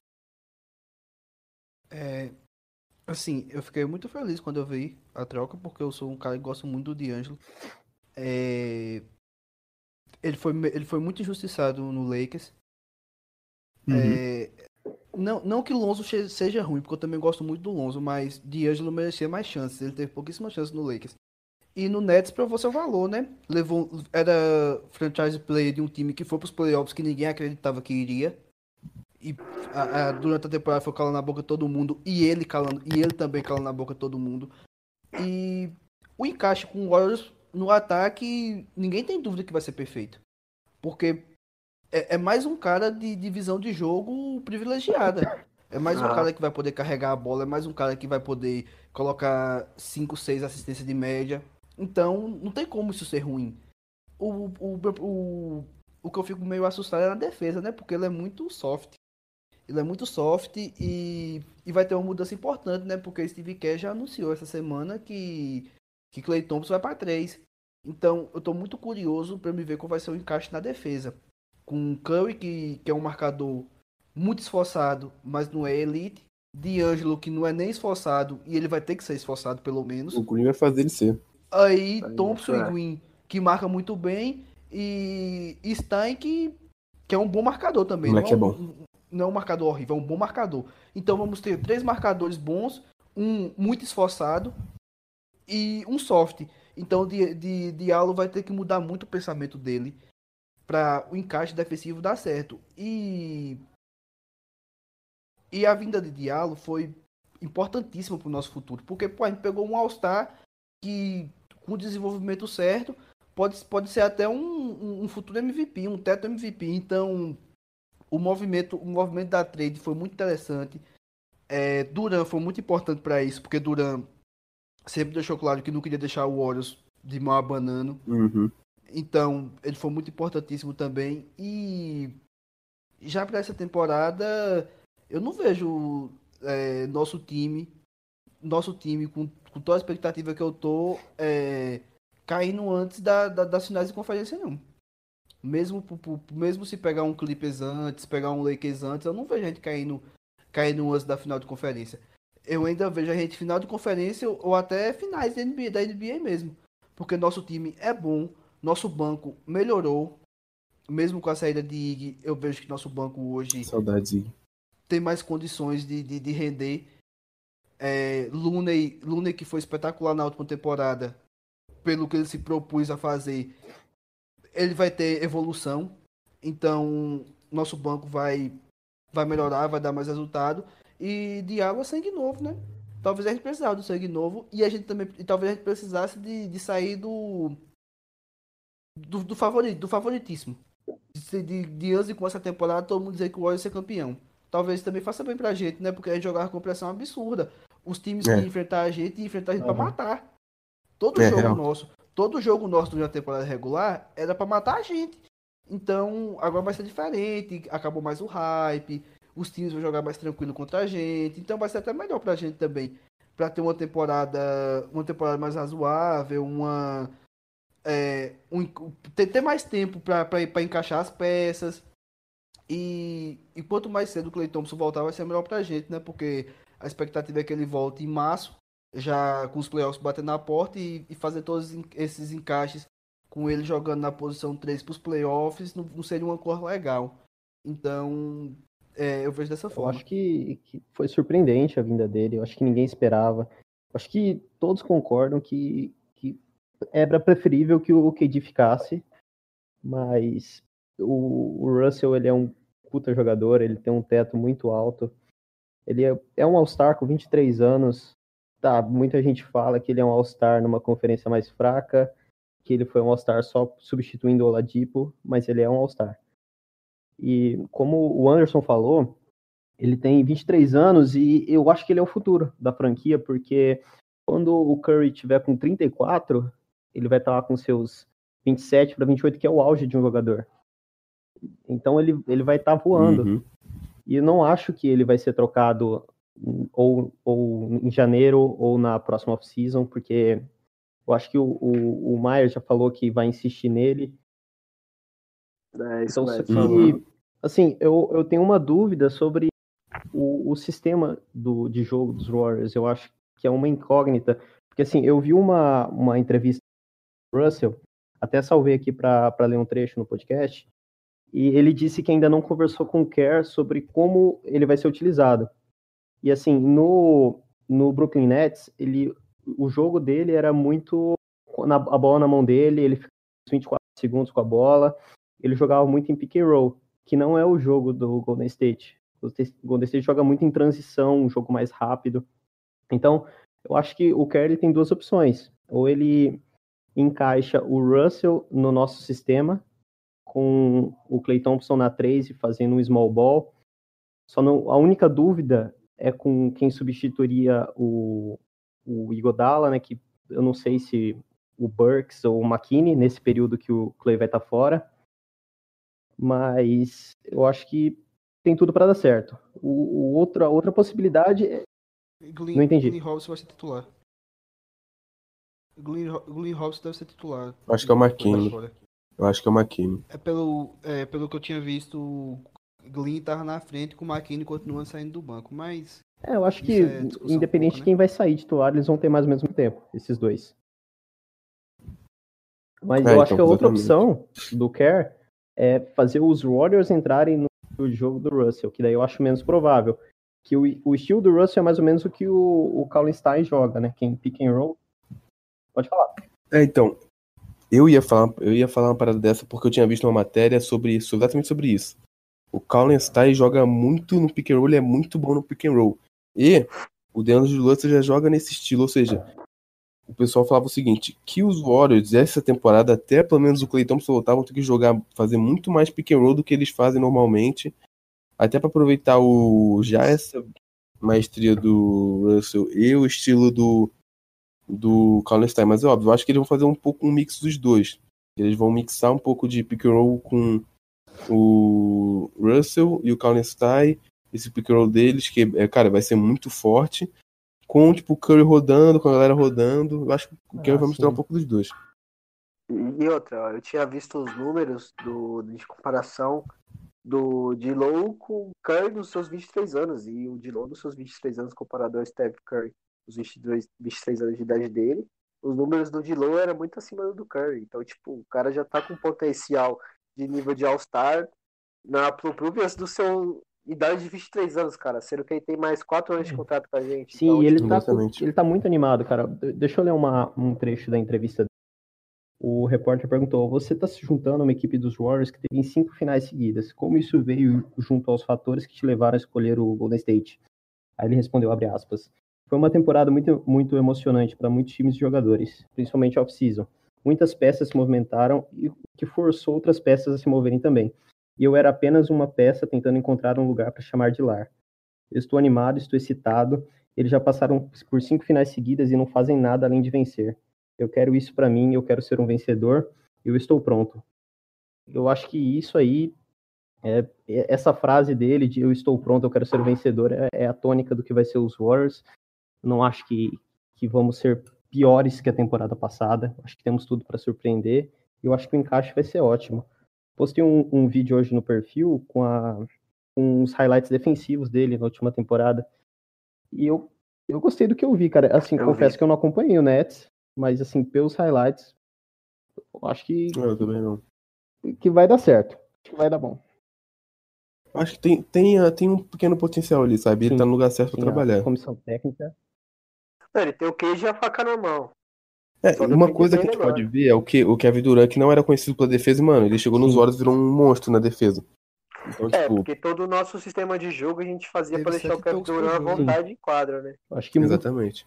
[SPEAKER 5] É, assim, eu fiquei muito feliz quando eu vi a troca, porque eu sou um cara que gosta muito do D'Angelo. É, ele foi, ele foi muito injustiçado no Lakers.
[SPEAKER 4] Uhum.
[SPEAKER 5] É, não, não que o Lonzo che- seja ruim, porque eu também gosto muito do Lonzo, mas D'Angelo merecia mais chances. Ele teve pouquíssimas chances no Lakers. E no Nets provou seu valor, né? Levou, era franchise player de um time que foi pros playoffs que ninguém acreditava que iria. E a- a- durante a temporada foi calando a boca de todo mundo. E ele calando, e ele também calando a boca de todo mundo. E o encaixe com o Warriors no ataque, ninguém tem dúvida que vai ser perfeito. Porque é, é mais um cara de, de visão de jogo privilegiada. É mais um
[SPEAKER 3] Aham.
[SPEAKER 5] cara que vai poder carregar a bola, é mais um cara que vai poder colocar cinco, seis assistências de média. Então, não tem como isso ser ruim. O, o, o, o que eu fico meio assustado é na defesa, né? Porque ele é muito soft. Ele é muito soft e, e vai ter uma mudança importante, né? Porque Steve Kerr já anunciou essa semana que, que Klay Thompson vai para três. Então, eu tô muito curioso para me ver qual vai ser o encaixe na defesa. Com Curry, que, que é um marcador muito esforçado, mas não é elite. D'Angelo, que não é nem esforçado, e ele vai ter que ser esforçado pelo menos.
[SPEAKER 4] O Green vai fazer ele ser.
[SPEAKER 5] Aí
[SPEAKER 3] Isso
[SPEAKER 5] Thompson e
[SPEAKER 3] é.
[SPEAKER 5] Green, que marca muito bem, e Stein, que, que é um bom marcador também. Não é,
[SPEAKER 4] Moleque é
[SPEAKER 5] um,
[SPEAKER 4] bom.
[SPEAKER 5] um- não é um marcador horrível, é um bom marcador. Então vamos ter três marcadores bons, um muito esforçado e um soft. Então de, de, Diallo vai ter que mudar muito o pensamento dele para o encaixe defensivo dar certo. E, e a vinda de Diallo foi importantíssima para o nosso futuro, porque pô, a gente pegou um All-Star que, com o desenvolvimento certo, pode, pode ser até um, um, um futuro M V P, um teto M V P. Então, o movimento, o movimento da trade foi muito interessante. É, Duran foi muito importante para isso, porque Duran sempre deixou claro que não queria deixar o Warriors de mal abanando.
[SPEAKER 4] Uhum.
[SPEAKER 5] Então, ele foi muito importantíssimo também. E já para essa temporada, eu não vejo é, nosso time, nosso time com, com toda a expectativa que eu tô, é, caindo antes da, da- das finais de conferência, não. Mesmo, pu- pu- mesmo se pegar um Clippers antes, pegar um Lakers antes, eu não vejo a gente caindo, caindo antes da final de conferência. Eu ainda vejo a gente final de conferência ou ou até finais da N B A, da N B A mesmo. Porque nosso time é bom, nosso banco melhorou. Mesmo com a saída de Ig, eu vejo que nosso banco hoje
[SPEAKER 4] Saudades, Iggy.
[SPEAKER 5] tem mais condições de, de, de render. É, Looney, Looney, que foi espetacular na última temporada, pelo que ele se propôs a fazer, ele vai ter evolução. Então, nosso banco vai, vai melhorar, vai dar mais resultado. E Diallo é sangue novo, né? Talvez a gente precisasse do sangue novo e a gente também, e talvez a gente precisasse de, de sair do, do, do, favorito, do favoritíssimo. De, de, de antes de começar a temporada, todo mundo dizer que o Warriors ia ser campeão. Talvez também faça bem pra gente, né? Porque a gente jogava com pressão absurda. Os times que iam
[SPEAKER 4] É,
[SPEAKER 5] enfrentar a gente iam enfrentar a gente pra
[SPEAKER 2] Aham.
[SPEAKER 5] matar. Todo
[SPEAKER 4] é
[SPEAKER 5] jogo
[SPEAKER 4] real.
[SPEAKER 5] nosso, todo jogo nosso durante a temporada regular era pra matar a gente. Então, agora vai ser diferente, acabou mais o hype, os times vão jogar mais tranquilo contra a gente, então vai ser até melhor pra gente também, pra ter uma temporada, uma temporada mais razoável, uma é, um, ter, ter mais tempo pra, pra, pra encaixar as peças. E, e quanto mais cedo o Klay Thompson voltar, vai ser melhor pra gente, né? Porque a expectativa é que ele volte em março, já com os playoffs batendo na porta e, e fazer todos esses encaixes com ele jogando na posição três pros playoffs, não, não seria uma cor legal. Então, é, eu vejo dessa
[SPEAKER 2] Eu
[SPEAKER 5] forma.
[SPEAKER 2] acho que, que foi surpreendente a vinda dele. Eu acho que ninguém esperava. Eu acho que todos concordam que, que era preferível que o K D ficasse, mas o, o Russell, ele é um puta jogador, ele tem um teto muito alto. Ele é, é um All-Star com vinte e três anos. Tá, muita gente fala que ele é um All-Star numa conferência mais fraca, que ele foi um All-Star só substituindo o Oladipo, mas ele é um All-Star. E como o Anderson falou, ele tem vinte e três anos e eu acho que ele é o futuro da franquia, porque quando o Curry tiver com trinta e quatro, ele vai estar lá com seus vinte e sete para vinte e oito, que é o auge de um jogador. Então ele, ele vai estar voando.
[SPEAKER 4] Uhum.
[SPEAKER 2] E eu não acho que ele vai ser trocado ou, ou em janeiro ou na próxima off-season, porque eu acho que o, o, o Myers já falou que vai insistir nele.
[SPEAKER 3] É isso
[SPEAKER 2] Então, só
[SPEAKER 3] mesmo.
[SPEAKER 2] que,
[SPEAKER 4] Uhum.
[SPEAKER 2] assim, eu, eu tenho uma dúvida sobre o, o sistema do, de jogo dos Warriors. Eu acho que é uma incógnita, porque, assim, eu vi uma, uma entrevista do Russell até salvei aqui para ler um trecho no podcast, e ele disse que ainda não conversou com o Kerr sobre como ele vai ser utilizado. E assim, no, no Brooklyn Nets, ele, o jogo dele era muito na, a bola na mão dele, ele ficava vinte e quatro segundos com a bola, ele jogava muito em pick and roll, que não é o jogo do Golden State. O Golden State joga muito em transição, um jogo mais rápido. Então, eu acho que o Kerr tem duas opções. Ou ele encaixa o Russell no nosso sistema, com o Klay Thompson na três e fazendo um small ball. Só não, a única dúvida é com quem substituiria o, o Iguodala, né, que eu não sei se o Burks ou o McKinney, nesse período que o Klay vai estar fora. Mas eu acho que tem tudo para dar certo. O, o outra, a outra possibilidade é...
[SPEAKER 5] Glenn,
[SPEAKER 2] não entendi.
[SPEAKER 5] Glenn Robson vai ser titular. Glenn, Glenn Robson deve ser titular.
[SPEAKER 4] Acho que é o McKinney. Eu acho que é o McKinney.
[SPEAKER 5] É pelo, é, pelo que eu tinha visto, o Glenn tava na frente com o McKinney continuando saindo do banco, mas...
[SPEAKER 2] É, eu acho que,
[SPEAKER 5] é
[SPEAKER 2] independente
[SPEAKER 5] pouco,
[SPEAKER 2] de
[SPEAKER 5] né?
[SPEAKER 2] quem vai sair titular, eles vão ter mais ou menos o mesmo tempo, esses dois. Mas
[SPEAKER 4] É,
[SPEAKER 2] eu acho
[SPEAKER 4] então,
[SPEAKER 2] que a outra
[SPEAKER 4] exatamente.
[SPEAKER 2] opção do Kerr é fazer os Warriors entrarem no jogo do Russell, que daí eu acho menos provável. Que o, o estilo do Russell é mais ou menos o que o, o Colin Stein joga, né? Quem pick and roll. Pode falar.
[SPEAKER 4] É, então, eu ia falar, eu ia falar uma parada dessa porque eu tinha visto uma matéria sobre isso, exatamente sobre isso. O Kallenstein joga muito no pick and roll, ele é muito bom no pick and roll. E o DeAndre Russell já joga nesse estilo, ou seja, o pessoal falava o seguinte, que os Warriors essa temporada, até pelo menos o Klay Thompson voltar, vão ter que jogar, fazer muito mais pick and roll do que eles fazem normalmente, até para aproveitar o, já essa maestria do Russell e o estilo do do Kallenstein, mas é óbvio, eu acho que eles vão fazer um pouco um mix dos dois. Eles vão mixar um pouco de pick and roll com o Russell e o Kallenstein, esse pick and roll deles, que, é, cara, vai ser muito forte, com, tipo, o Curry rodando, com a galera rodando. Eu acho que o Curry
[SPEAKER 2] Ah,
[SPEAKER 4] vai mostrar
[SPEAKER 2] sim.
[SPEAKER 4] um pouco dos dois.
[SPEAKER 3] E outra, ó, eu tinha visto os números do, de comparação do D'Lo com o Curry nos seus vinte e três anos, e o D'Lo nos seus vinte e três anos comparado ao Steph Curry, os vinte e dois, vinte e três anos de idade dele, os números do D'Lo eram muito acima do Curry. Então, tipo, o cara já tá com potencial de nível de All-Star na prúpria do seu idade de vinte e três anos, cara, sendo que ele tem mais quatro anos de contrato com a gente.
[SPEAKER 2] Sim,
[SPEAKER 3] Então,
[SPEAKER 2] e ele
[SPEAKER 3] tipo,
[SPEAKER 2] tá, com-
[SPEAKER 4] Exatamente.
[SPEAKER 2] ele tá muito animado, cara. De- Deixa eu ler uma, um trecho da entrevista dele. O repórter perguntou: você está se juntando a uma equipe dos Warriors que teve em cinco finais seguidas. Como isso veio junto aos fatores que te levaram a escolher o Golden State? Aí ele respondeu, abre aspas, foi uma temporada muito, muito emocionante para muitos times e jogadores, principalmente off-season. Muitas peças se movimentaram e o que forçou outras peças a se moverem também. E eu era apenas uma peça tentando encontrar um lugar para chamar de lar. Eu estou animado, estou excitado. Eles já passaram por cinco finais seguidas e não fazem nada além de vencer. Eu quero isso para mim, eu quero ser um vencedor, eu estou pronto. Eu acho que isso aí, é, essa frase dele de eu estou pronto, eu quero ser um vencedor, é, é a tônica do que vai ser os Warriors. Eu não acho que, que vamos ser piores que a temporada passada, acho que temos tudo para surpreender, e eu acho que o encaixe vai ser ótimo. Postei um, um vídeo hoje no perfil com, a, com os highlights defensivos dele na última temporada, e eu, eu gostei do que eu vi, cara. Assim,
[SPEAKER 3] Eu
[SPEAKER 2] confesso
[SPEAKER 3] vi.
[SPEAKER 2] que eu não acompanhei o Nets, mas assim, pelos highlights, eu acho que,
[SPEAKER 4] Eu também não.
[SPEAKER 2] que vai dar certo. Acho que vai dar bom.
[SPEAKER 4] Acho que tem, tem, ah, tem um pequeno potencial ali, sabe? Ele
[SPEAKER 2] Sim,
[SPEAKER 4] tá no lugar certo pra
[SPEAKER 2] Tem a
[SPEAKER 4] trabalhar.
[SPEAKER 2] comissão técnica.
[SPEAKER 3] Não, ele tem o queijo e a faca na mão.
[SPEAKER 4] É,
[SPEAKER 3] Só
[SPEAKER 4] e uma
[SPEAKER 3] depende
[SPEAKER 4] coisa que a
[SPEAKER 3] dele
[SPEAKER 4] gente
[SPEAKER 3] agora.
[SPEAKER 4] pode ver é o que o Kevin Durant, que não era conhecido pela defesa, e, mano, ele chegou nos
[SPEAKER 2] Sim.
[SPEAKER 4] Warriors e virou um monstro na defesa. Então,
[SPEAKER 3] É,
[SPEAKER 4] tipo,
[SPEAKER 3] porque todo o nosso sistema de jogo a gente fazia
[SPEAKER 5] Teve
[SPEAKER 3] pra deixar o
[SPEAKER 5] sete
[SPEAKER 3] Kevin
[SPEAKER 5] tocos por
[SPEAKER 3] Durant à
[SPEAKER 5] jogo.
[SPEAKER 3] vontade em quadra, né?
[SPEAKER 2] Eu acho que muito,
[SPEAKER 4] exatamente.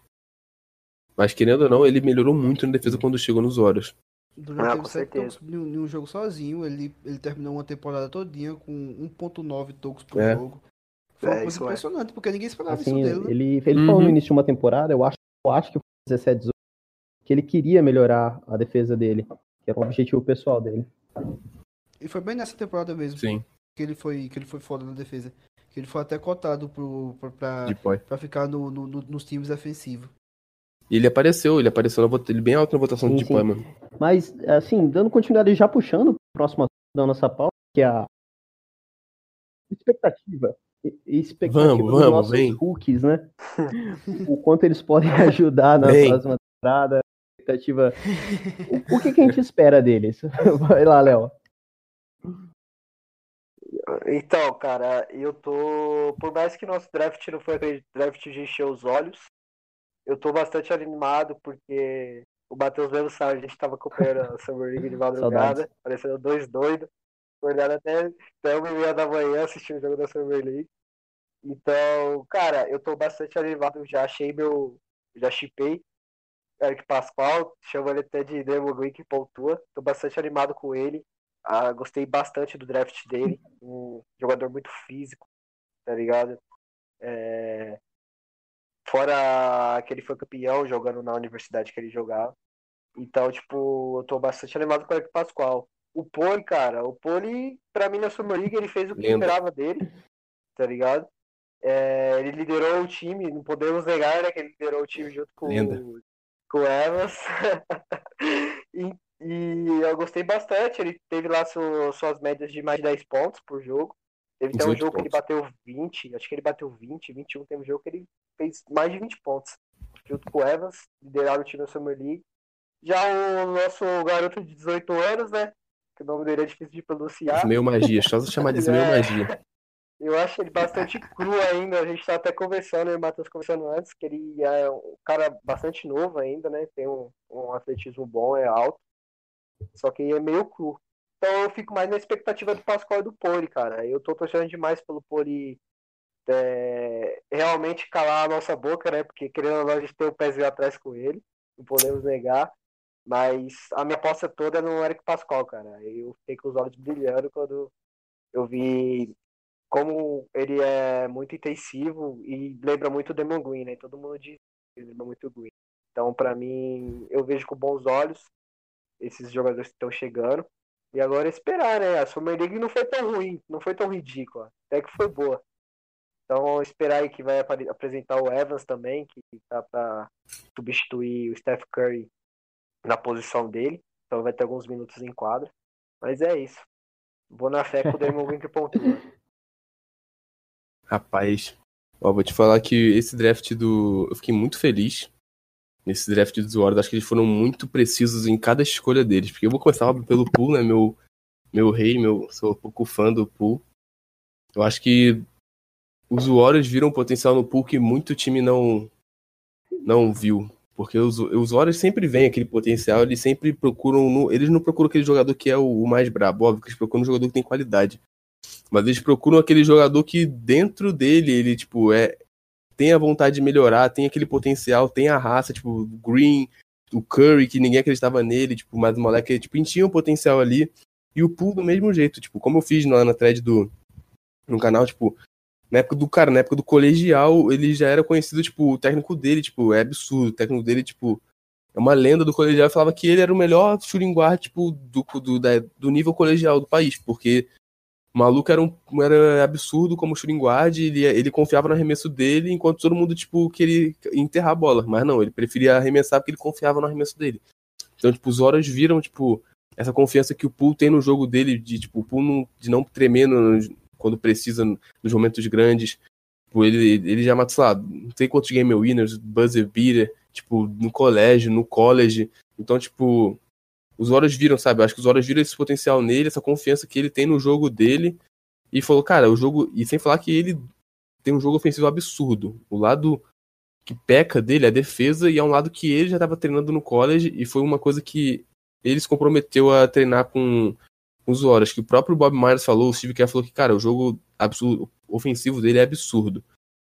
[SPEAKER 4] Mas querendo ou não, ele melhorou muito na defesa quando chegou nos Warriors.
[SPEAKER 5] Durante
[SPEAKER 3] Ah,
[SPEAKER 5] teve
[SPEAKER 3] com
[SPEAKER 5] sete
[SPEAKER 3] certeza.
[SPEAKER 5] tocos em um, em um jogo sozinho. Ele, ele terminou uma temporada todinha com um ponto nove tocos por
[SPEAKER 4] É.
[SPEAKER 5] jogo. Foi uma
[SPEAKER 3] É,
[SPEAKER 5] coisa
[SPEAKER 3] isso é.
[SPEAKER 5] impressionante, porque ninguém esperava
[SPEAKER 2] assim,
[SPEAKER 5] isso dele, né?
[SPEAKER 2] ele, ele falou no
[SPEAKER 4] Uhum.
[SPEAKER 2] início de uma temporada, eu acho, eu acho que foi dezessete, dezoito, que ele queria melhorar a defesa dele, que era um objetivo pessoal dele.
[SPEAKER 5] E foi bem nessa temporada mesmo
[SPEAKER 4] Sim,
[SPEAKER 5] que ele foi, que ele foi foda na defesa. Que ele foi até cotado pro, pra, pra,
[SPEAKER 4] de poi.
[SPEAKER 5] pra ficar no, no- no- nos times defensivos.
[SPEAKER 4] E ele apareceu, ele apareceu na vota- ele bem alto na votação
[SPEAKER 2] Sim,
[SPEAKER 4] de
[SPEAKER 2] sim.
[SPEAKER 4] poi, mano.
[SPEAKER 2] Mas, assim, dando continuidade já puxando o próximo assunto da nossa pauta, que é a expectativa. E- Expectativa
[SPEAKER 4] Vamos,
[SPEAKER 2] dos
[SPEAKER 4] vamos,
[SPEAKER 2] nossos
[SPEAKER 4] vem.
[SPEAKER 2] rookies, né? O quanto eles podem ajudar na
[SPEAKER 4] Vem.
[SPEAKER 2] próxima temporada. expectativa. O, o que, que a gente espera deles? Vai lá, Léo.
[SPEAKER 3] Então, cara, eu tô. Por mais que nosso draft não foi aquele draft de encher os olhos, eu tô bastante animado porque o Matheus mesmo sabe, a gente tava acompanhando a Summer League de madrugada,
[SPEAKER 2] Saudades.
[SPEAKER 3] parecendo dois doidos, acordado até, até uma e meia da manhã assistindo o jogo da Summer League. Então, cara, eu tô bastante animado, já achei meu. Já shippei Eric Pascoal, chamo ele até de Demo Green que pontua. Tô bastante animado com ele. Ah, gostei bastante do draft dele. Um jogador muito físico, tá ligado? É... Fora que ele foi campeão jogando na universidade que ele jogava. Então, tipo, eu tô bastante animado com o Eric Pascoal. O Poli, cara, o Poli, pra mim na Summer League, ele fez o que
[SPEAKER 4] Lenda.
[SPEAKER 3] esperava dele, tá ligado? É, ele liderou o time, não podemos negar, né, que ele liderou o time junto com,
[SPEAKER 4] Lenda.
[SPEAKER 3] com o Evans. e, e eu gostei bastante, ele teve lá su- suas médias de mais de dez pontos por jogo. Teve até um
[SPEAKER 4] dezoito
[SPEAKER 3] jogo que ele
[SPEAKER 4] pontos.
[SPEAKER 3] bateu vinte, acho que ele bateu vinte, vinte e um, teve um jogo que ele fez mais de vinte pontos. Junto com o Evans, lideraram o time da Summer League. Já o nosso garoto de dezoito anos, né, que o nome dele é difícil de pronunciar.
[SPEAKER 4] Meio magia, só chamar disso meio
[SPEAKER 3] É.
[SPEAKER 4] magia.
[SPEAKER 3] Eu acho ele bastante cru ainda. A gente tá até conversando, eu e o Matheus conversando antes, que ele é um cara bastante novo ainda, né? Tem um, um atletismo bom, é alto. Só que é meio cru. Então eu fico mais na expectativa do Pascoal e do Poli, cara. Eu tô torcendo demais pelo Poli é, realmente calar a nossa boca, né? Porque querendo ou não, a gente tem o pezinho atrás com ele. Não podemos negar. Mas a minha aposta toda é no Eric Pascoal, cara. Eu fiquei com os olhos brilhando quando eu vi como ele é muito intensivo e lembra muito o Demon Green, né? Todo mundo diz que ele lembra muito o Green. Então, pra mim, eu vejo com bons olhos esses jogadores que estão chegando. E agora é esperar, né? A Summer League não foi tão ruim, não foi tão ridícula. Até que foi boa. Então, esperar aí que vai apare- apresentar o Evans também, que tá pra substituir o Steph Curry na posição dele. Então vai ter alguns minutos em quadra. Mas é isso. Vou na fé com o Demon Green que pontua.
[SPEAKER 4] Rapaz, ó, vou te falar que esse draft do... Eu fiquei muito feliz nesse draft dos Warriors. Acho que eles foram muito precisos em cada escolha deles. Porque eu vou começar, óbvio, pelo Poole, né? Meu, meu rei, meu... sou um pouco fã do Poole. Eu acho que os Warriors viram um potencial no Poole que muito time não, não viu. Porque os, os Warriors sempre veem aquele potencial, eles sempre procuram... No, eles não procuram aquele jogador que é o, o mais brabo. Óbvio que eles procuram um jogador que tem qualidade. Mas eles procuram aquele jogador que dentro dele, ele, tipo, é, tem a vontade de melhorar, tem aquele potencial, tem a raça, tipo, o Green, o Curry, que ninguém acreditava nele, tipo, mas o moleque, tipo, tinha um potencial ali. E o Poole do mesmo jeito, tipo, como eu fiz na, na thread do, no canal, tipo, na época do cara, na época do colegial, ele já era conhecido, tipo, o técnico dele, tipo, é absurdo, o técnico dele, tipo, é uma lenda do colegial, eu falava que ele era o melhor shooting guard, tipo, do, do, da, do nível colegial do país, porque o maluco era, um, era absurdo como shooting guard, ele, ele confiava no arremesso dele, enquanto todo mundo, tipo, queria enterrar a bola. Mas não, ele preferia arremessar porque ele confiava no arremesso dele. Então, tipo, os Warriors viram, tipo, essa confiança que o Poole tem no jogo dele, de, tipo, o Poole não, de não tremer no, quando precisa, nos momentos grandes. Tipo, ele, ele já matou, sei lá, não sei quantos game winners, buzzer beater, tipo, no colégio, no college. Então, tipo... Os Warriors viram, sabe? Eu acho que os Warriors viram esse potencial nele, essa confiança que ele tem no jogo dele. E falou, cara, o jogo... E sem falar que ele tem um jogo ofensivo absurdo. O lado que peca dele é a defesa, e é um lado que ele já estava treinando no college, e foi uma coisa que ele se comprometeu a treinar com os Warriors. Que o próprio Bob Myers falou, o Steve Kerr falou que, cara, o jogo absurdo, ofensivo dele é absurdo.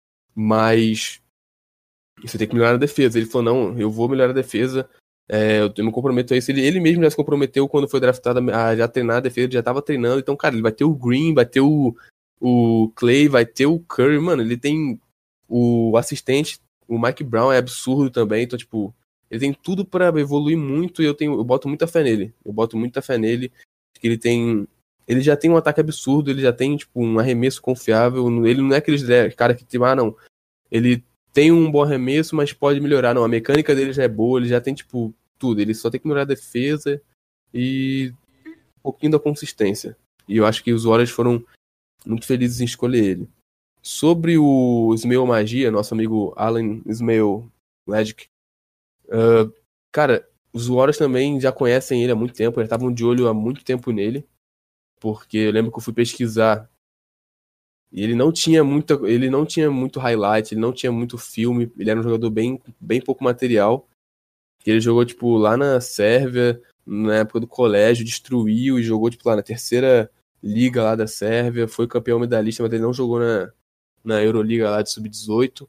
[SPEAKER 4] Mas você tem que melhorar a defesa. Ele falou, não, eu vou melhorar a defesa. É, eu me comprometo a isso. Ele, ele mesmo já se comprometeu quando foi draftado a já treinar a defesa, ele já tava treinando. Então, cara, ele vai ter o Green, vai ter o, o Clay, vai ter o Curry. Mano, ele tem o assistente, o Mike Brown é absurdo também. Então, tipo, ele tem tudo pra evoluir muito e eu, tenho, eu boto muita fé nele. Eu boto muita fé nele. Que ele tem... Ele já tem um ataque absurdo, ele já tem, tipo, um arremesso confiável. Ele não é aqueles cara que, tipo, ah, não. Ele tem um bom arremesso, mas pode melhorar. Não, a mecânica dele já é boa, ele já tem, tipo, tudo. Ele só tem que melhorar a defesa e um pouquinho da consistência. E eu acho que os Warriors foram muito felizes em escolher ele. Sobre o Ismael Magia, nosso amigo Alan Ismael Magic, uh, cara, os Warriors também já conhecem ele há muito tempo, eles estavam de olho há muito tempo nele, porque eu lembro que eu fui pesquisar e ele não tinha muita, ele não tinha muito highlight, ele não tinha muito filme, ele era um jogador bem, bem pouco material. Ele jogou tipo lá na Sérvia, na época do colégio, destruiu e jogou tipo lá na terceira liga lá da Sérvia, foi campeão medalhista, mas ele não jogou na, na Euroliga lá de sub dezoito.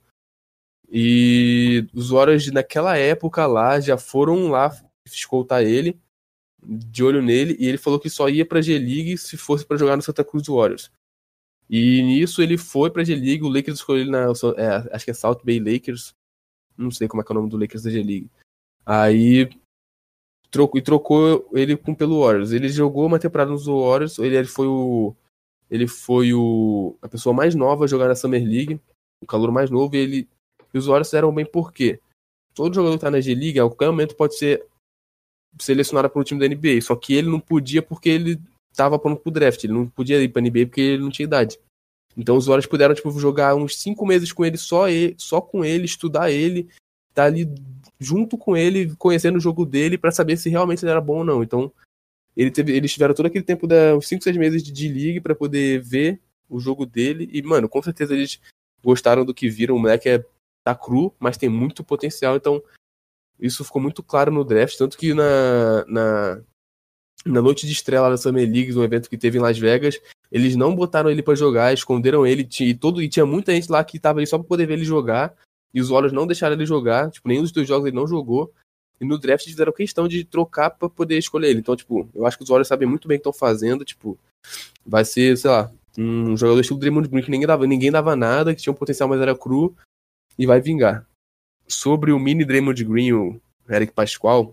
[SPEAKER 4] E os Warriors naquela época lá já foram lá escoltar ele, de olho nele, e ele falou que só ia pra G-League se fosse pra jogar no Santa Cruz Warriors. E nisso ele foi pra G-League, o Lakers escolheu ele na, é, acho que é South Bay Lakers, não sei como é que é o nome do Lakers da G-League. Aí trocou, e trocou ele com, pelo Warriors. Ele jogou uma temporada nos Warriors, ele, ele foi o ele foi o a pessoa mais nova a jogar na Summer League, o calor mais novo, e ele e os Warriors eram bem por quê? Todo jogador que tá na G-League, a qualquer momento pode ser selecionado para um time da N B A, só que ele não podia porque ele tava pronto pro draft, ele não podia ir pra N B A porque ele não tinha idade. Então os Warriors puderam tipo, jogar uns cinco meses com ele só, ele, só com ele, estudar ele, tá ali junto com ele, conhecendo o jogo dele pra saber se realmente ele era bom ou não. Então ele teve, eles tiveram todo aquele tempo, da, uns cinco, seis meses de D-League pra poder ver o jogo dele e, mano, com certeza eles gostaram do que viram. O moleque é, tá cru, mas tem muito potencial, então isso ficou muito claro no draft, tanto que na, na, na noite de estreia lá da Summer League, um evento que teve em Las Vegas, eles não botaram ele pra jogar, esconderam ele, e, todo, e tinha muita gente lá que tava ali só pra poder ver ele jogar, e os Warriors não deixaram ele jogar, tipo, nenhum dos dois jogos ele não jogou, e no draft eles fizeram questão de trocar pra poder escolher ele. Então, tipo, eu acho que os Warriors sabem muito bem o que estão fazendo, tipo, vai ser, sei lá, um jogador estilo Draymond Green que ninguém dava, ninguém dava nada, que tinha um potencial, mas era cru, e vai vingar. Sobre o mini Draymond Green, o Eric Pasquale,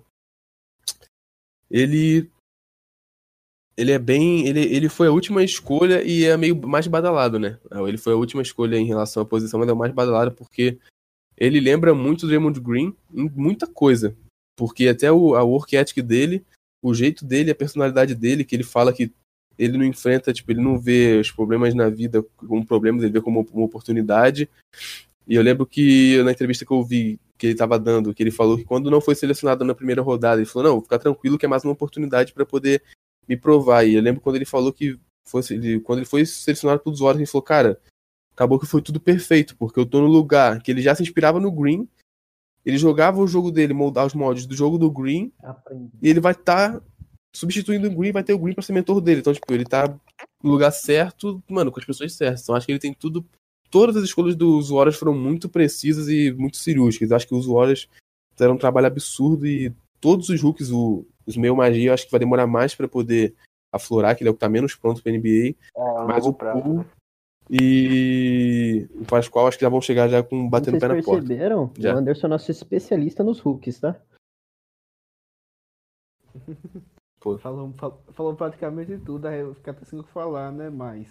[SPEAKER 4] ele ele é bem, ele, ele foi a última escolha e é meio mais badalado, né? Ele foi a última escolha em relação à posição, mas é o mais badalado porque ele lembra muito o Draymond Green em muita coisa, porque até o, a work ethic dele, o jeito dele, a personalidade dele, que ele fala que ele não enfrenta, tipo, ele não vê os problemas na vida como problemas, ele vê como uma oportunidade. E eu lembro que na entrevista que eu vi que ele estava dando, que ele falou que quando não foi selecionado na primeira rodada, ele falou, não, fica tranquilo que é mais uma oportunidade para poder me provar. E eu lembro quando ele falou que fosse, ele, quando ele foi selecionado pelos Warriors, ele falou, cara, acabou que foi tudo perfeito, porque eu tô no lugar que ele já se inspirava no Green, ele jogava o jogo dele, moldar os moldes do jogo do Green, Aprendi. E ele vai estar tá substituindo o Green, vai ter o Green para ser mentor dele. Então, tipo, ele tá no lugar certo, mano, com as pessoas certas. Então, acho que ele tem tudo. Todas as escolhas dos Warriors foram muito precisas e muito cirúrgicas. Acho que os Warriors fizeram um trabalho absurdo e todos os rookies, o, os meio magia, eu acho que vai demorar mais para poder aflorar, que ele é o que tá menos pronto pra N B A. É, mas o Poole e o Pascoal acho que já vão chegar já com batendo o pé na porta.
[SPEAKER 2] Vocês perceberam? Já. O Anderson é nosso especialista nos rookies, tá?
[SPEAKER 5] Pô. Falou, falou, falou praticamente tudo, aí eu ficar pensando o que falar, né? Mas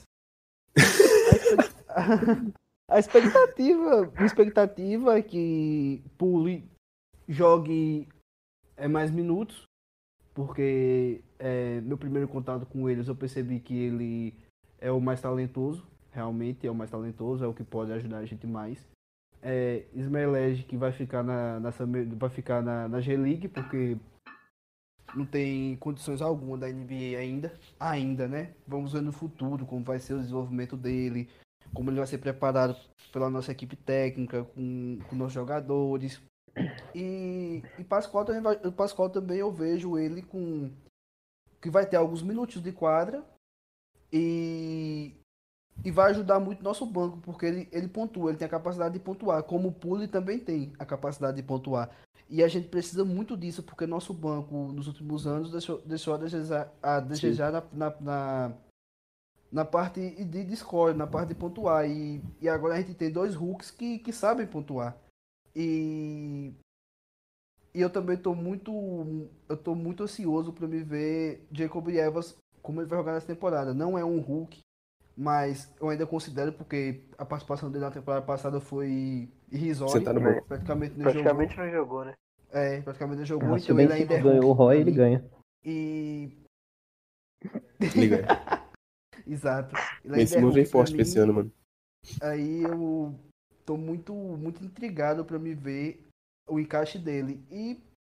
[SPEAKER 5] a expectativa, a expectativa é que Poole jogue é, mais minutos, porque é, meu primeiro contato com eles eu percebi que ele é o mais talentoso, realmente é o mais talentoso, é o que pode ajudar a gente mais. É, Ismael que vai ficar na, na vai ficar na, na G-League, porque não tem condições alguma da N B A ainda, ainda, né? Vamos ver no futuro como vai ser o desenvolvimento dele, como ele vai ser preparado pela nossa equipe técnica, com, com nossos jogadores. E, e Pascoal também, vai, Pascoal também eu vejo ele com que vai ter alguns minutos de quadra e, e vai ajudar muito nosso banco, porque ele, ele pontua, ele tem a capacidade de pontuar, como o Poole também tem a capacidade de pontuar. E a gente precisa muito disso, porque nosso banco, nos últimos anos, deixou, deixou a desejar, a desejar na, na, na, na parte de, de score, na parte de pontuar. E, e agora a gente tem dois hooks que, que sabem pontuar. E, e eu também estou muito, eu tô muito ansioso para me ver Jacob Evans, como ele vai jogar nessa temporada. Não é um hook, mas eu ainda considero, porque a participação dele na temporada passada foi irrisória.
[SPEAKER 3] Tá
[SPEAKER 5] né? Praticamente, não,
[SPEAKER 3] praticamente
[SPEAKER 5] jogou.
[SPEAKER 3] não jogou, né?
[SPEAKER 5] É, praticamente não jogou.
[SPEAKER 2] Ah,
[SPEAKER 5] então
[SPEAKER 2] se
[SPEAKER 5] ele ainda é
[SPEAKER 2] ganhou o Roy, ele ganha.
[SPEAKER 5] E...
[SPEAKER 4] Ele ganha.
[SPEAKER 5] Exato.
[SPEAKER 4] Ele esse move vem forte pra esse ano, mano.
[SPEAKER 5] Aí eu tô muito, muito intrigado pra me ver o encaixe dele. E,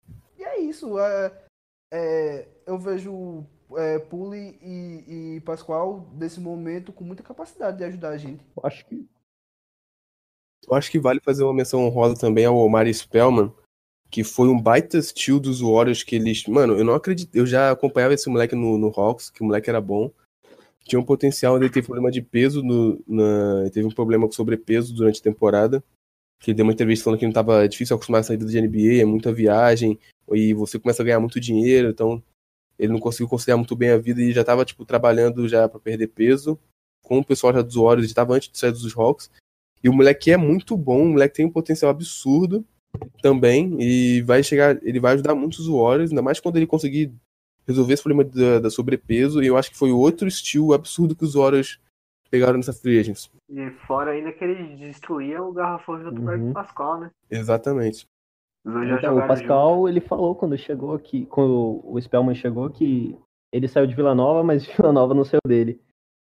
[SPEAKER 5] E é isso. É, é, eu vejo é, Puli e, e Pascoal nesse momento com muita capacidade de ajudar a gente.
[SPEAKER 2] Eu acho que
[SPEAKER 4] Eu acho que vale fazer uma menção honrosa também ao Omar Spellman, que foi um baita steal dos Warriors que eles... Mano, eu não acredito... Eu já acompanhava esse moleque no, no Hawks, que o moleque era bom. Tinha um potencial, ele teve problema de peso, no, na, teve um problema com sobrepeso durante a temporada, que ele deu uma entrevista falando que não tava difícil acostumar a sair de N B A, é muita viagem, e você começa a ganhar muito dinheiro, então ele não conseguiu conciliar muito bem a vida e já tava, tipo, trabalhando já pra perder peso, com o pessoal já dos Warriors, já tava antes de sair dos Hawks, e o moleque é muito bom, o moleque tem um potencial absurdo também, e vai chegar, ele vai ajudar muito os Warriors, ainda mais quando ele conseguir resolver esse problema da, da sobrepeso, e eu acho que foi outro estilo absurdo que os Warriors pegaram nessa free agency.
[SPEAKER 3] E fora ainda que ele destruía o garrafão junto com
[SPEAKER 2] Uhum.
[SPEAKER 3] o Pascal, né?
[SPEAKER 4] Exatamente.
[SPEAKER 3] Os dois já
[SPEAKER 2] Então, o
[SPEAKER 3] jogaram
[SPEAKER 2] Pascal,
[SPEAKER 3] junto.
[SPEAKER 2] ele falou quando chegou aqui, quando o Spellman chegou, que ele saiu de Vila Nova, mas Vila Nova não saiu dele.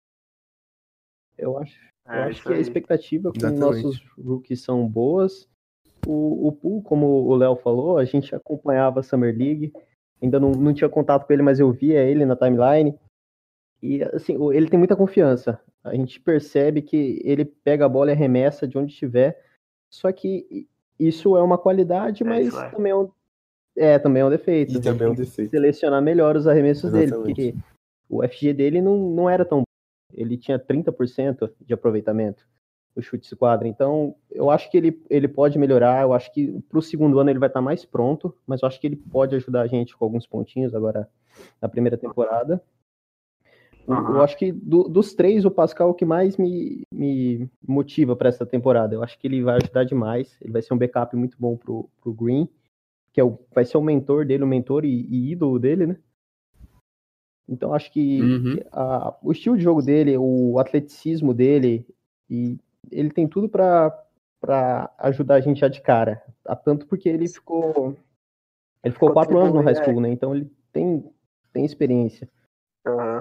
[SPEAKER 2] Eu acho, eu
[SPEAKER 3] É,
[SPEAKER 2] acho
[SPEAKER 3] isso
[SPEAKER 2] que a
[SPEAKER 3] aí.
[SPEAKER 2] expectativa com
[SPEAKER 4] Exatamente.
[SPEAKER 2] nossos rookies são boas. O, o Poole, como o Léo falou, a gente acompanhava a Summer League, ainda não, não tinha contato com ele, mas eu via ele na timeline. E assim, o- ele tem muita confiança. A gente percebe que ele pega a bola e arremessa de onde estiver. Só que isso é uma qualidade,
[SPEAKER 3] É,
[SPEAKER 2] mas
[SPEAKER 3] isso é.
[SPEAKER 2] também é um, é, também é um defeito.
[SPEAKER 4] E também é um
[SPEAKER 2] Tem que
[SPEAKER 4] defeito.
[SPEAKER 2] selecionar melhor os arremessos dele,
[SPEAKER 4] Exatamente.
[SPEAKER 2] porque o F G dele não, não era tão bom. Ele tinha trinta por cento de aproveitamento no chute de quadra. Então, eu acho que ele, ele pode melhorar. Eu acho que para o segundo ano ele vai estar mais pronto, mas eu acho que ele pode ajudar a gente com alguns pontinhos agora na primeira temporada. O- Eu
[SPEAKER 3] Aham.
[SPEAKER 2] acho que do- dos três, o Pascal é o que mais me, me motiva para essa temporada. Eu acho que ele vai ajudar demais. Ele vai ser um backup muito bom pro, pro Green, que é o, vai ser o mentor dele, o mentor e, e ídolo dele, né? Então acho que
[SPEAKER 4] Uhum.
[SPEAKER 2] a- o estilo de jogo dele, o atleticismo dele, e ele tem tudo para para ajudar a gente já de cara. Há tanto porque ele ficou ele ficou quatro anos no high
[SPEAKER 3] Contribui,
[SPEAKER 2] school, né? Então ele tem tem experiência.
[SPEAKER 3] Aham.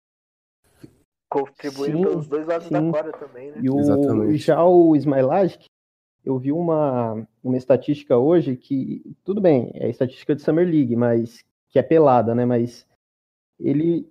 [SPEAKER 3] Contribuindo
[SPEAKER 2] Sim,
[SPEAKER 3] pelos dois lados da
[SPEAKER 2] sim.
[SPEAKER 3] quadra também, né?
[SPEAKER 2] E o,
[SPEAKER 4] Exatamente.
[SPEAKER 2] já o Smilagic, eu vi uma, uma estatística hoje que, tudo bem, é estatística de Summer League, mas que é pelada, né? Mas ele.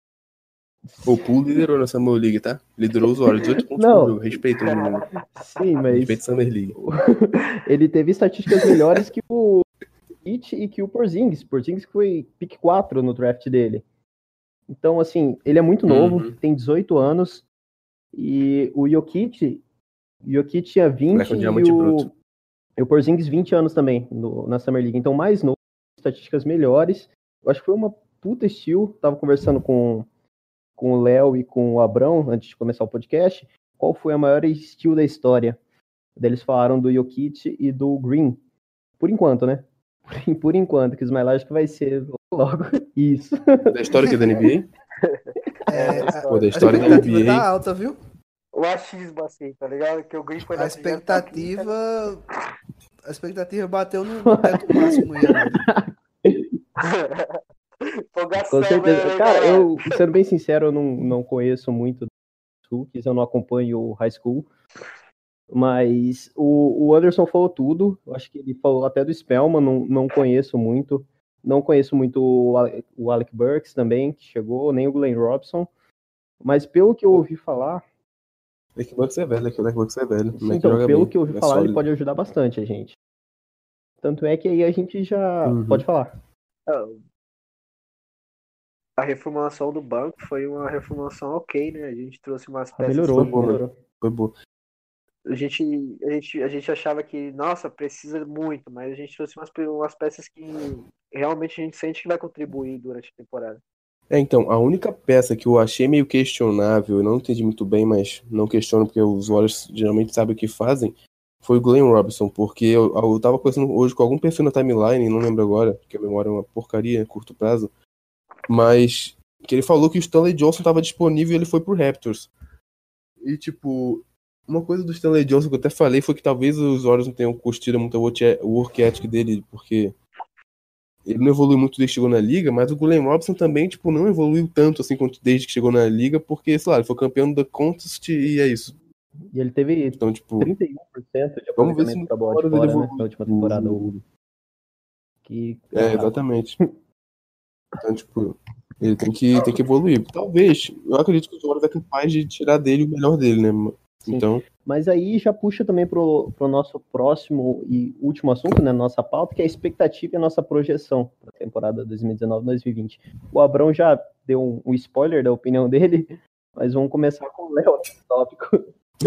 [SPEAKER 4] O Poole liderou na Summer League, tá? Liderou os Warriors, dezoito pontos
[SPEAKER 2] Não.
[SPEAKER 4] por jogo. Respeita o menino.
[SPEAKER 2] Sim, mas
[SPEAKER 4] Respeita a Summer League.
[SPEAKER 2] ele teve estatísticas melhores que o Heat e que o Porzingis. Porzingis foi pick quatro no draft dele. Então, assim, ele é muito novo,
[SPEAKER 4] Uhum.
[SPEAKER 2] tem dezoito anos, e o Jokic, o Jokic tinha
[SPEAKER 4] Moleque
[SPEAKER 2] vinte
[SPEAKER 4] é um
[SPEAKER 2] e
[SPEAKER 4] diamante
[SPEAKER 2] o,
[SPEAKER 4] bruto.
[SPEAKER 2] e o Porzingis vinte anos também no, na Summer League. Então, mais novo, estatísticas melhores. Eu acho que foi uma puta steal. Tava conversando com, com o Léo e com o Abrão, antes de começar o podcast, qual foi a maior steal da história. Daí eles falaram do Jokic e do Green. Por enquanto, né? Por enquanto, que os mais que vai ser logo isso.
[SPEAKER 4] Da história que é da N B
[SPEAKER 5] É,
[SPEAKER 3] É,
[SPEAKER 5] a,
[SPEAKER 4] A? Pô, da
[SPEAKER 5] a
[SPEAKER 4] história da
[SPEAKER 5] expectativa
[SPEAKER 4] N B A.
[SPEAKER 5] tá alta, viu?
[SPEAKER 3] O achismo, assim, tá ligado? Que o Green foi
[SPEAKER 5] A
[SPEAKER 3] da primeira pra quinta.
[SPEAKER 5] expectativa. A expectativa bateu no, no teto máximo aí agora.
[SPEAKER 3] Empolgação,
[SPEAKER 2] Com certeza.
[SPEAKER 3] né,
[SPEAKER 2] Cara,
[SPEAKER 3] galera?
[SPEAKER 2] eu, sendo bem sincero, eu não, não conheço muito dos rookies, eu não acompanho o high school. Mas o, o Anderson falou tudo. Eu acho que ele falou até do Spellman, não, não conheço muito. Não conheço muito o, Ale- o Alec Burks também, que chegou, nem o Glenn Robson. Mas pelo que eu ouvi falar,
[SPEAKER 4] Leque Bucks é velho, Leque Bucks é velho. O
[SPEAKER 2] sim,
[SPEAKER 4] moleque
[SPEAKER 2] então,
[SPEAKER 4] joga
[SPEAKER 2] pelo
[SPEAKER 4] bem.
[SPEAKER 2] que eu ouvi
[SPEAKER 4] É
[SPEAKER 2] falar, ele
[SPEAKER 4] sólido.
[SPEAKER 2] pode ajudar bastante a gente. Tanto é que aí a gente já
[SPEAKER 4] Uhum.
[SPEAKER 2] pode falar.
[SPEAKER 3] A reformulação do banco foi uma reformulação ok, né? A gente trouxe umas
[SPEAKER 2] Ah,
[SPEAKER 3] peças
[SPEAKER 2] melhorou,
[SPEAKER 3] que
[SPEAKER 4] bom, né?
[SPEAKER 2] melhorou.
[SPEAKER 4] Foi boa.
[SPEAKER 3] a gente, a gente, a gente achava que, nossa, precisa muito, mas a gente trouxe umas, pe- umas peças que realmente a gente sente que vai contribuir durante a temporada.
[SPEAKER 4] É, então, a única peça que eu achei meio questionável, eu não entendi muito bem, mas não questiono porque os Warriors geralmente sabem o que fazem, foi o Glenn Robinson, porque eu, eu tava conversando hoje com algum perfil na timeline, não lembro agora, porque a memória é uma porcaria, curto prazo, mas que ele falou que o Stanley Johnson tava disponível e ele foi pro Raptors. E, tipo, uma coisa do Stanley Johnson que eu até falei foi que talvez os Warriors não tenham curtido muito o work ethic dele, porque ele não evoluiu muito desde que chegou na liga, mas o Glenn Robinson também, tipo, não evoluiu tanto assim quanto desde que chegou na liga, porque, sei lá, ele foi campeão da Contest e é isso.
[SPEAKER 2] E ele teve
[SPEAKER 4] Então, tipo,
[SPEAKER 2] trinta e um por cento de
[SPEAKER 4] vamos ver se
[SPEAKER 2] aproveitamento
[SPEAKER 4] no
[SPEAKER 2] pra bola de
[SPEAKER 4] Warriors ele
[SPEAKER 2] fora, né?
[SPEAKER 4] evolui.
[SPEAKER 2] Na última temporada. O Que
[SPEAKER 4] É, exatamente. Então, tipo, ele tem que, tem que evoluir. Talvez, eu acredito que o Warriors é capaz de tirar dele o melhor dele, né?
[SPEAKER 2] Sim.
[SPEAKER 4] Então,
[SPEAKER 2] Mas aí já puxa também pro, pro nosso próximo e último assunto, né, nossa pauta, que é a expectativa e a nossa projeção para a temporada dois mil e dezenove dois mil e vinte. O Abrão já deu um, um spoiler da opinião dele, mas vamos começar com o Léo nesse tópico.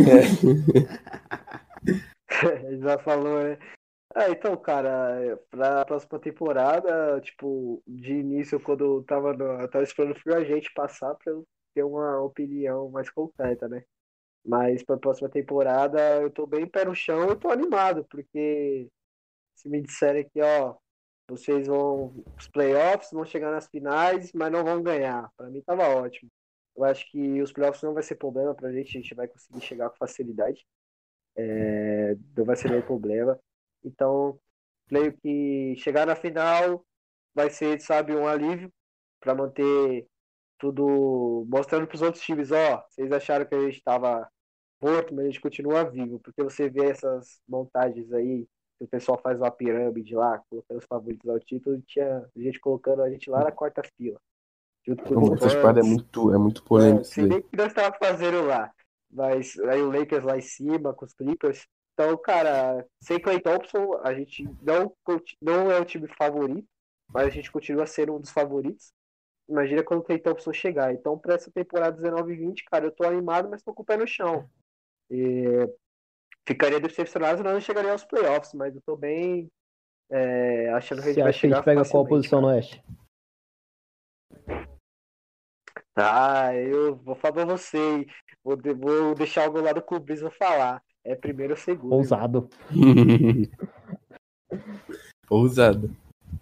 [SPEAKER 3] Ele já falou, né? Ah, então, cara, pra próxima temporada, tipo, de início, quando eu tava, no, eu tava esperando o Free Agent passar pra eu ter uma opinião mais completa, né? Mas pra próxima temporada eu tô bem pé no chão e tô animado, porque se me disserem que, ó, vocês vão os playoffs, vão chegar nas finais, mas não vão ganhar. Pra mim tava ótimo. Eu acho que os playoffs não vai ser problema pra gente, a gente vai conseguir chegar com facilidade. É, não vai ser nenhum problema. Então, creio que chegar na final vai ser, sabe, um alívio para manter tudo, mostrando para os outros times, ó, vocês acharam que a gente estava morto, mas a gente continua vivo, porque você vê essas montagens aí, que o pessoal faz uma pirâmide lá, colocando os favoritos ao título, e tinha gente colocando a gente lá na quarta fila, junto com
[SPEAKER 4] Como
[SPEAKER 3] o
[SPEAKER 4] essa espada é
[SPEAKER 3] Bucks.
[SPEAKER 4] muito, é muito polêmico
[SPEAKER 3] É,
[SPEAKER 4] isso
[SPEAKER 3] sei
[SPEAKER 4] daí.
[SPEAKER 3] nem o que nós estávamos fazendo lá. Mas aí o Lakers lá em cima, com os Clippers. Então, cara, sem Klay Thompson, a gente não, não é o time favorito, mas a gente continua sendo um dos favoritos. Imagina quando o Klay Thompson chegar. Então, para essa temporada dezenove e vinte, cara, eu tô animado, mas tô com o pé no chão. E ficaria decepcionado se não chegaria aos playoffs, mas eu tô bem é, achando que a gente
[SPEAKER 2] Você
[SPEAKER 3] vai
[SPEAKER 2] acha que a
[SPEAKER 3] chegar
[SPEAKER 2] gente pega qual
[SPEAKER 3] facilmente,
[SPEAKER 2] posição
[SPEAKER 3] cara.
[SPEAKER 2] no Oeste?
[SPEAKER 3] Ah, eu vou falar pra você, vou, de- vou deixar o meu lado clubismo falar. É primeiro ou segundo. irmão.
[SPEAKER 2] Ousado.
[SPEAKER 4] Ousado.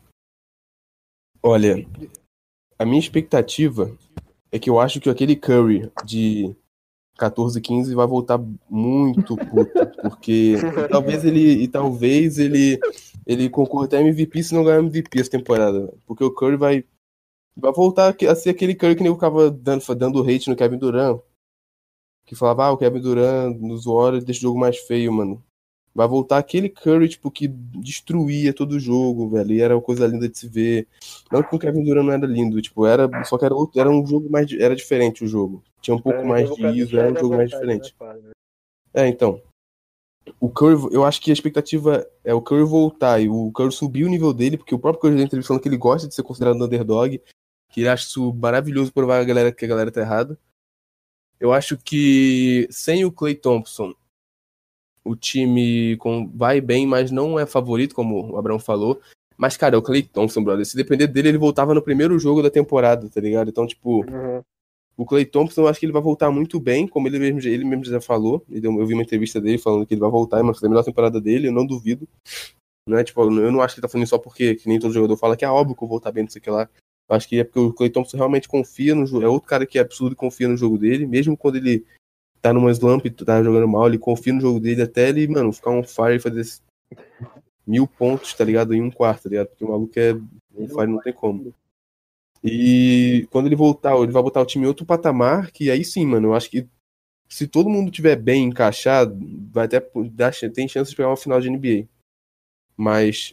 [SPEAKER 4] Olha, a minha expectativa é que eu acho que aquele Curry de catorze, quinze vai voltar muito puto, porque e talvez ele e talvez ele ele concorra até M V P se não ganhar M V P essa temporada, porque o Curry vai vai voltar a ser aquele Curry que nem eu ficava dando dando hate no Kevin Durant, que falava, ah, o Kevin Durant nos Warriors deixa o jogo mais feio, mano. Vai voltar aquele Curry, tipo, que destruía todo o jogo, velho, e era uma coisa linda de se ver. Não que o Kevin Durant não era lindo, tipo, era, só que era, outro, era um jogo mais, era diferente o jogo. Tinha um pouco
[SPEAKER 3] É,
[SPEAKER 4] mais de ISO, era um
[SPEAKER 3] democratizar
[SPEAKER 4] jogo
[SPEAKER 3] a
[SPEAKER 4] mais
[SPEAKER 3] vontade,
[SPEAKER 4] diferente.
[SPEAKER 3] né, quadra?
[SPEAKER 4] É, então, o Curry, eu acho que a expectativa é o Curry voltar e o Curry subir o nível dele, porque o próprio Curry da entrevista falando que ele gosta de ser considerado um underdog, que ele acha isso maravilhoso provar a galera que a galera tá errada. Eu acho que sem o Klay Thompson, o time com, vai bem, mas não é favorito, como o Abraão falou. Mas, cara, é o Klay Thompson, brother. Se depender dele, ele voltava no primeiro jogo da temporada, tá ligado? Então, tipo,
[SPEAKER 3] Uhum.
[SPEAKER 4] o Klay Thompson, eu acho que ele vai voltar muito bem, como ele mesmo, ele mesmo já falou. Ele, eu vi uma entrevista dele falando que ele vai voltar, mas fazer a melhor temporada dele, eu não duvido. Não é, tipo, eu não acho que ele tá falando só porque, que nem todo jogador fala que é óbvio que eu vou voltar bem, não sei o que lá. Eu acho que é porque o Klay Thompson realmente confia no jogo. É outro cara que é absurdo e confia no jogo dele, mesmo quando ele tá numa slump, tá jogando mal, ele confia no jogo dele até ele, mano, ficar on fire e fazer mil pontos, tá ligado? Em um quarto, tá ligado? Porque o maluco é on fire, não tem como. E quando ele voltar, ele vai botar o time em outro patamar, que aí sim, mano, eu acho que se todo mundo tiver bem encaixado, vai até dar, tem chance de pegar uma final de N B A. Mas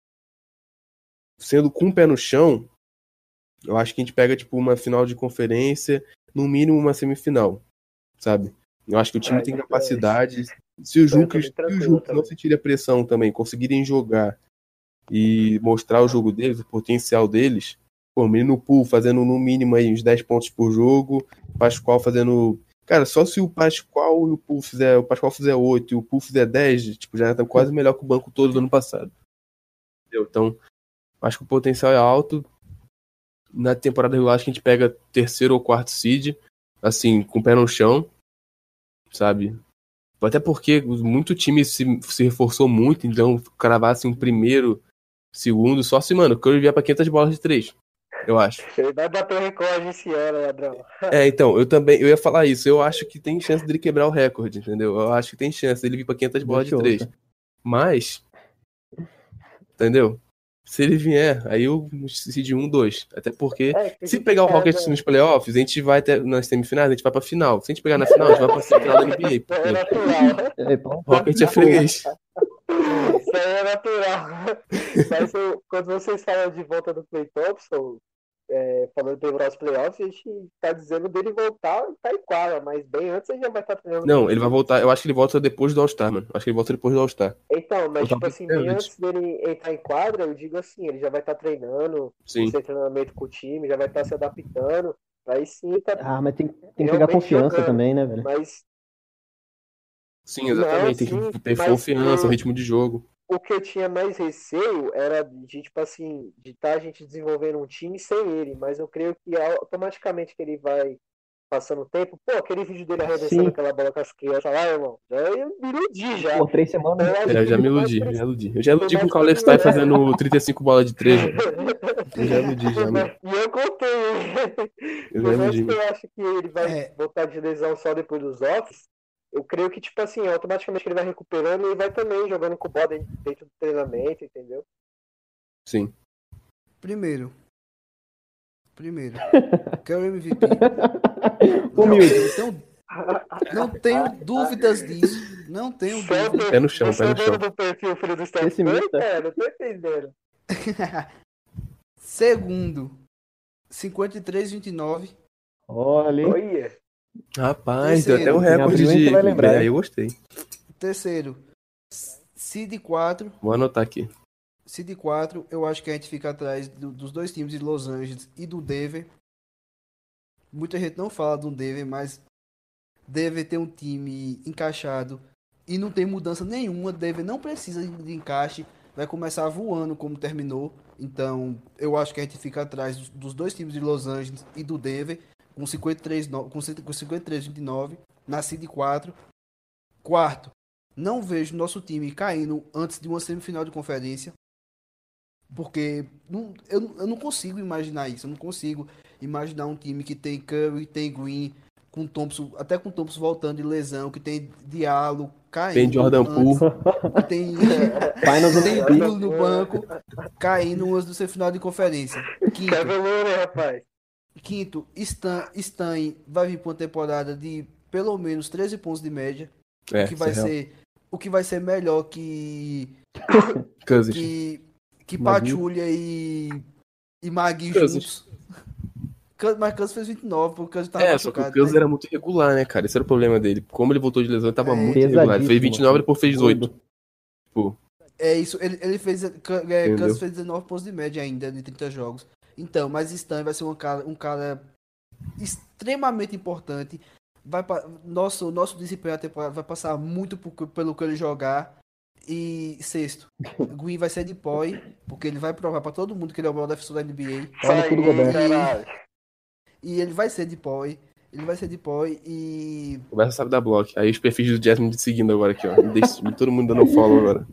[SPEAKER 4] sendo com o pé no chão, eu acho que a gente pega, tipo, uma final de conferência, no mínimo uma semifinal, sabe? Eu acho que o time
[SPEAKER 3] Ah,
[SPEAKER 4] tem
[SPEAKER 3] isso é-
[SPEAKER 4] capacidade. Se os
[SPEAKER 3] eu tô
[SPEAKER 4] Junkers,
[SPEAKER 3] bem
[SPEAKER 4] se os
[SPEAKER 3] tranquilo
[SPEAKER 4] Junkers não
[SPEAKER 3] também.
[SPEAKER 4] sentirem a pressão também, conseguirem jogar e mostrar o jogo deles, o potencial deles, pô, menino Poole fazendo no mínimo aí uns dez pontos por jogo, Pascoal fazendo. Cara, só se o Pascoal e o Poole fizer, o Pascoal fizer oito e o Poole fizer dez, tipo, já tá quase melhor que o banco todo do ano passado. Entendeu? Então, acho que o potencial é alto. Na temporada regular, acho que a gente pega terceiro ou quarto seed, assim, com o pé no chão, sabe? Até porque muito time se, se reforçou muito, então cravar assim, um primeiro, segundo, só se, mano, o Curry vier pra quinhentas bolas de três, eu acho.
[SPEAKER 3] Ele vai bater o recorde esse ano, ladrão.
[SPEAKER 4] É, então, eu também, eu ia falar isso, eu acho que tem chance dele quebrar o recorde, entendeu? Eu acho que tem chance dele vir pra quinhentas bolas de três. Mas, entendeu? Se ele vier, aí eu decidi um, dois. Até porque,
[SPEAKER 3] É, que a
[SPEAKER 4] se
[SPEAKER 3] gente
[SPEAKER 4] pegar o
[SPEAKER 3] pega-
[SPEAKER 4] Rockets nos playoffs, a gente vai até nas semifinais, a gente vai pra final. Se a gente pegar na final, a gente vai pra semifinal da N B A.
[SPEAKER 3] É
[SPEAKER 4] Porque
[SPEAKER 3] natural.
[SPEAKER 2] É, então,
[SPEAKER 4] o Rockets é freguês.
[SPEAKER 3] Isso daí é natural. Mas eu, quando vocês falam de volta do Klay Thompson, é, falando de terminar os playoffs, a gente tá dizendo dele voltar, tá em quadra, mas bem antes ele já vai estar treinando.
[SPEAKER 4] Não, ele vai voltar. Eu acho que ele volta depois do All-Star, mano. Acho que ele volta depois do All-Star.
[SPEAKER 3] Então, mas
[SPEAKER 4] Eu
[SPEAKER 3] tipo
[SPEAKER 4] tava
[SPEAKER 3] assim, bem
[SPEAKER 4] antes.
[SPEAKER 3] antes dele entrar em quadra, eu digo assim, ele já vai estar treinando,
[SPEAKER 4] Sim.
[SPEAKER 3] sem treinamento com o time, já vai estar se adaptando. Aí sim tá
[SPEAKER 2] Ah, mas tem, tem que pegar
[SPEAKER 3] realmente
[SPEAKER 2] confiança
[SPEAKER 3] jogando.
[SPEAKER 2] também, né, velho?
[SPEAKER 3] Mas
[SPEAKER 4] Sim, exatamente.
[SPEAKER 3] Não,
[SPEAKER 4] Tem que
[SPEAKER 3] sim,
[SPEAKER 4] ter
[SPEAKER 3] mas
[SPEAKER 4] confiança,
[SPEAKER 3] eu-
[SPEAKER 4] o ritmo de jogo.
[SPEAKER 3] o que eu tinha mais receio era de, tipo assim, de estar a gente desenvolvendo um time sem ele, mas eu creio que automaticamente que ele vai passando o tempo, pô, aquele vídeo dele arremessando
[SPEAKER 2] Sim.
[SPEAKER 3] aquela bola com as crianças lá, irmão, já eu me iludi já.
[SPEAKER 2] Pô, três semanas.
[SPEAKER 3] Então, eu acho
[SPEAKER 4] É, eu
[SPEAKER 3] que
[SPEAKER 4] já me
[SPEAKER 3] ele vai
[SPEAKER 4] iludi,
[SPEAKER 3] precisar-
[SPEAKER 4] já iludi. Eu já iludi
[SPEAKER 3] Por
[SPEAKER 4] com o
[SPEAKER 3] mais que
[SPEAKER 4] Cauley
[SPEAKER 3] ele-
[SPEAKER 4] Stein fazendo trinta e cinco bolas de três, mano. Eu já iludi já, mano.
[SPEAKER 3] E eu contei.
[SPEAKER 4] Eu
[SPEAKER 3] Por
[SPEAKER 4] já
[SPEAKER 3] mais
[SPEAKER 4] iludi,
[SPEAKER 3] que
[SPEAKER 4] mano.
[SPEAKER 3] eu acho que ele vai
[SPEAKER 5] É.
[SPEAKER 3] voltar de lesão só depois dos offs, eu creio que, tipo assim, automaticamente ele vai recuperando e vai também jogando com bola dentro- dentro do treinamento, entendeu?
[SPEAKER 4] Sim.
[SPEAKER 5] Primeiro. Primeiro. Curry M V P.
[SPEAKER 2] Humilde.
[SPEAKER 5] Não tenho, não tenho dúvidas disso. Não tenho
[SPEAKER 3] Só o
[SPEAKER 5] dúvidas.
[SPEAKER 4] Pé no chão,
[SPEAKER 3] você
[SPEAKER 4] pé no
[SPEAKER 3] é dono
[SPEAKER 4] chão.
[SPEAKER 3] do perfil filho do Steph Curry,
[SPEAKER 2] Pessimista.
[SPEAKER 3] cara, não tô entendendo.
[SPEAKER 5] Segundo. cinquenta e três a vinte e nove.
[SPEAKER 2] Olha, hein?
[SPEAKER 3] Olha,
[SPEAKER 4] Rapaz, deu até um
[SPEAKER 5] Terceiro.
[SPEAKER 4] recorde
[SPEAKER 2] Em abril a gente
[SPEAKER 4] de.
[SPEAKER 2] vai lembrar,
[SPEAKER 4] É,
[SPEAKER 2] hein?
[SPEAKER 4] eu gostei.
[SPEAKER 5] Terceiro. Seed quatro.
[SPEAKER 4] Vou anotar aqui.
[SPEAKER 5] Seed quatro, eu acho que a gente fica atrás do- dos dois times de Los Angeles e do Denver. Muita gente não fala do Denver, mas Denver tem um time encaixado e não tem mudança nenhuma. Denver não precisa de encaixe, vai começar voando como terminou. Então, eu acho que a gente fica atrás dos, dos dois times de Los Angeles e do Denver com cinquenta e três, no- com cinquenta e três a vinte e nove na Seed quatro. Quarto, não vejo nosso time caindo antes de uma semifinal de conferência. Porque não, eu, eu não consigo imaginar isso. Eu não consigo imaginar um time que tem Curry, tem Green, com Thompson, até com Thompson voltando de lesão, que tem Diallo caindo.
[SPEAKER 4] Tem Jordan
[SPEAKER 5] antes,
[SPEAKER 4] Poole.
[SPEAKER 5] que tem,
[SPEAKER 2] Finals
[SPEAKER 5] tem
[SPEAKER 2] M V P.
[SPEAKER 5] Poole no banco, caindo antes do semifinal de conferência. Quinto,
[SPEAKER 3] Kevin Looney, rapaz.
[SPEAKER 5] quinto Stan, Stan vai vir para uma temporada de pelo menos treze pontos de média.
[SPEAKER 4] É,
[SPEAKER 5] o que vai
[SPEAKER 4] isso é real.
[SPEAKER 5] ser o que vai ser melhor que
[SPEAKER 4] Cousins.
[SPEAKER 5] que que
[SPEAKER 2] Magui.
[SPEAKER 5] Pachulia e e Magui
[SPEAKER 4] Cousins.
[SPEAKER 5] juntos. Cous- Mas Cousins fez vinte e nove, porque o Cousins tava
[SPEAKER 4] É, só que o
[SPEAKER 5] machucado,
[SPEAKER 4] Cousins
[SPEAKER 5] né?
[SPEAKER 4] era muito irregular, né, cara? Esse era o problema dele. Como ele voltou de lesão, ele tava
[SPEAKER 5] É,
[SPEAKER 4] muito irregular. Ele fez vinte e nove e depois fez
[SPEAKER 2] Doido.
[SPEAKER 4] oito. Tipo,
[SPEAKER 5] É isso, ele, ele fez é,
[SPEAKER 4] Entendeu?
[SPEAKER 5] Cousins fez dezenove pontos de média ainda de trinta jogos. Então, mas Stan vai ser um cara, um cara extremamente importante. Vai pa- nosso nosso desempenho na temporada vai passar muito por- pelo que ele jogar. E sexto, Green vai ser de poi, porque ele vai provar pra todo mundo que ele é o melhor defensor da N B A.
[SPEAKER 2] Olha tudo, Gobert.
[SPEAKER 3] caralho.
[SPEAKER 5] E ele vai ser de poi. Ele vai ser de poi e.
[SPEAKER 4] conversa sabe da block. Aí os perfis do Jasmine te seguindo agora aqui, ó. Deixa- todo mundo dando um follow agora.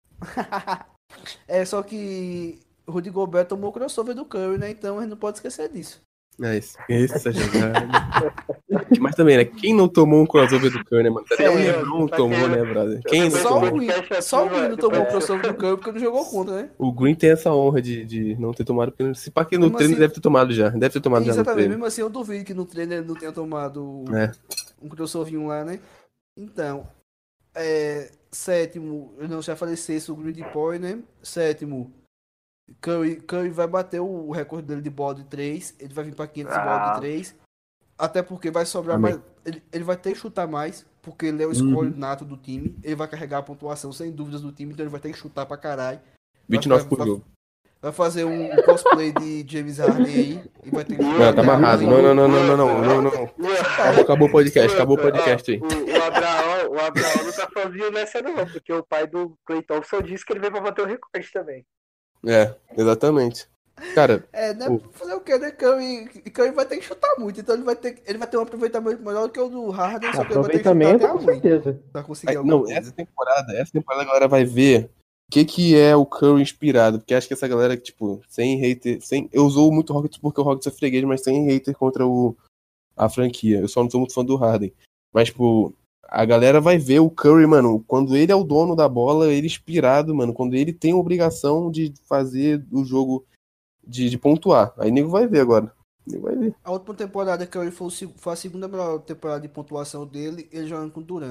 [SPEAKER 5] É só que o Rudy Gobert tomou o crossover do Curry, né? Então a gente não pode esquecer disso.
[SPEAKER 4] É isso. Essa jogada. Mas também, né? Quem não tomou um crossover do Curry, né, mano? Até o
[SPEAKER 5] É,
[SPEAKER 4] LeBron
[SPEAKER 3] tá
[SPEAKER 4] tomou,
[SPEAKER 3] querendo-
[SPEAKER 4] né, brother? Quem não
[SPEAKER 5] Só
[SPEAKER 4] tomou?
[SPEAKER 5] o Green, só o Green não tomou o crossover do Curry porque não jogou contra, né?
[SPEAKER 4] O Green tem essa honra de, de não ter tomado. Porque se pá que no
[SPEAKER 5] Mesmo
[SPEAKER 4] treino
[SPEAKER 5] assim-
[SPEAKER 4] deve ter tomado já. Deve ter tomado já no
[SPEAKER 5] Exatamente,
[SPEAKER 4] treino.
[SPEAKER 5] mesmo assim eu duvido que no treino ele não tenha tomado
[SPEAKER 4] É.
[SPEAKER 5] um crossover lá, né? Então, é, sétimo, eu não já falei sexto, o Green de Poi, né? Sétimo, Curry, Curry vai bater o recorde dele de bola de três, ele vai vir para quinhentos
[SPEAKER 3] Ah.
[SPEAKER 5] bola de três, até porque vai sobrar
[SPEAKER 4] Amém.
[SPEAKER 5] mais, ele, ele vai ter que chutar mais, porque ele é o
[SPEAKER 4] Uhum.
[SPEAKER 5] score nato do time, ele vai carregar a pontuação sem dúvidas do time, então ele vai ter que chutar pra caralho.
[SPEAKER 4] vinte e nove
[SPEAKER 5] Vai-
[SPEAKER 4] por
[SPEAKER 5] vai-
[SPEAKER 4] jogo.
[SPEAKER 5] Vai fazer um cosplay de James Harden aí e vai ter que
[SPEAKER 4] Não, tá amarrado. Não, não, não, não, não, não, não, não. Acabou, acabou o podcast, acabou o podcast aí.
[SPEAKER 3] O, o Abraão, o Abraão não tá sozinho nessa não, porque o pai do Klay Thompson disse que ele veio pra bater o recorde também.
[SPEAKER 4] É, exatamente. Cara,
[SPEAKER 5] É, né?
[SPEAKER 4] O-
[SPEAKER 5] Fazer o quê, né? Curry, Curry vai ter que chutar muito, então ele vai ter, ele vai ter um aproveitamento melhor do que o do Harden, só que ele vai ter que chutar
[SPEAKER 2] Aproveitamento,
[SPEAKER 5] até
[SPEAKER 2] com
[SPEAKER 5] a ruim
[SPEAKER 2] certeza.
[SPEAKER 5] pra conseguir
[SPEAKER 4] aí,
[SPEAKER 5] alguma
[SPEAKER 4] não,
[SPEAKER 5] coisa.
[SPEAKER 4] essa temporada, essa temporada a galera vai ver o que que é o Curry inspirado, porque acho que essa galera, tipo, sem hater, sem, eu usou muito o Rockets porque o Rockets é freguês, mas sem hater contra o, a franquia. Eu só não sou muito fã do Harden. Mas, tipo, a galera vai ver o Curry, mano, quando ele é o dono da bola, ele inspirado, mano, quando ele tem a obrigação de fazer o jogo de, de pontuar. Aí nego vai ver agora. Nego vai ver.
[SPEAKER 5] A última temporada que Curry foi, o seg- foi a segunda melhor temporada de pontuação dele, ele jogando com o Durant.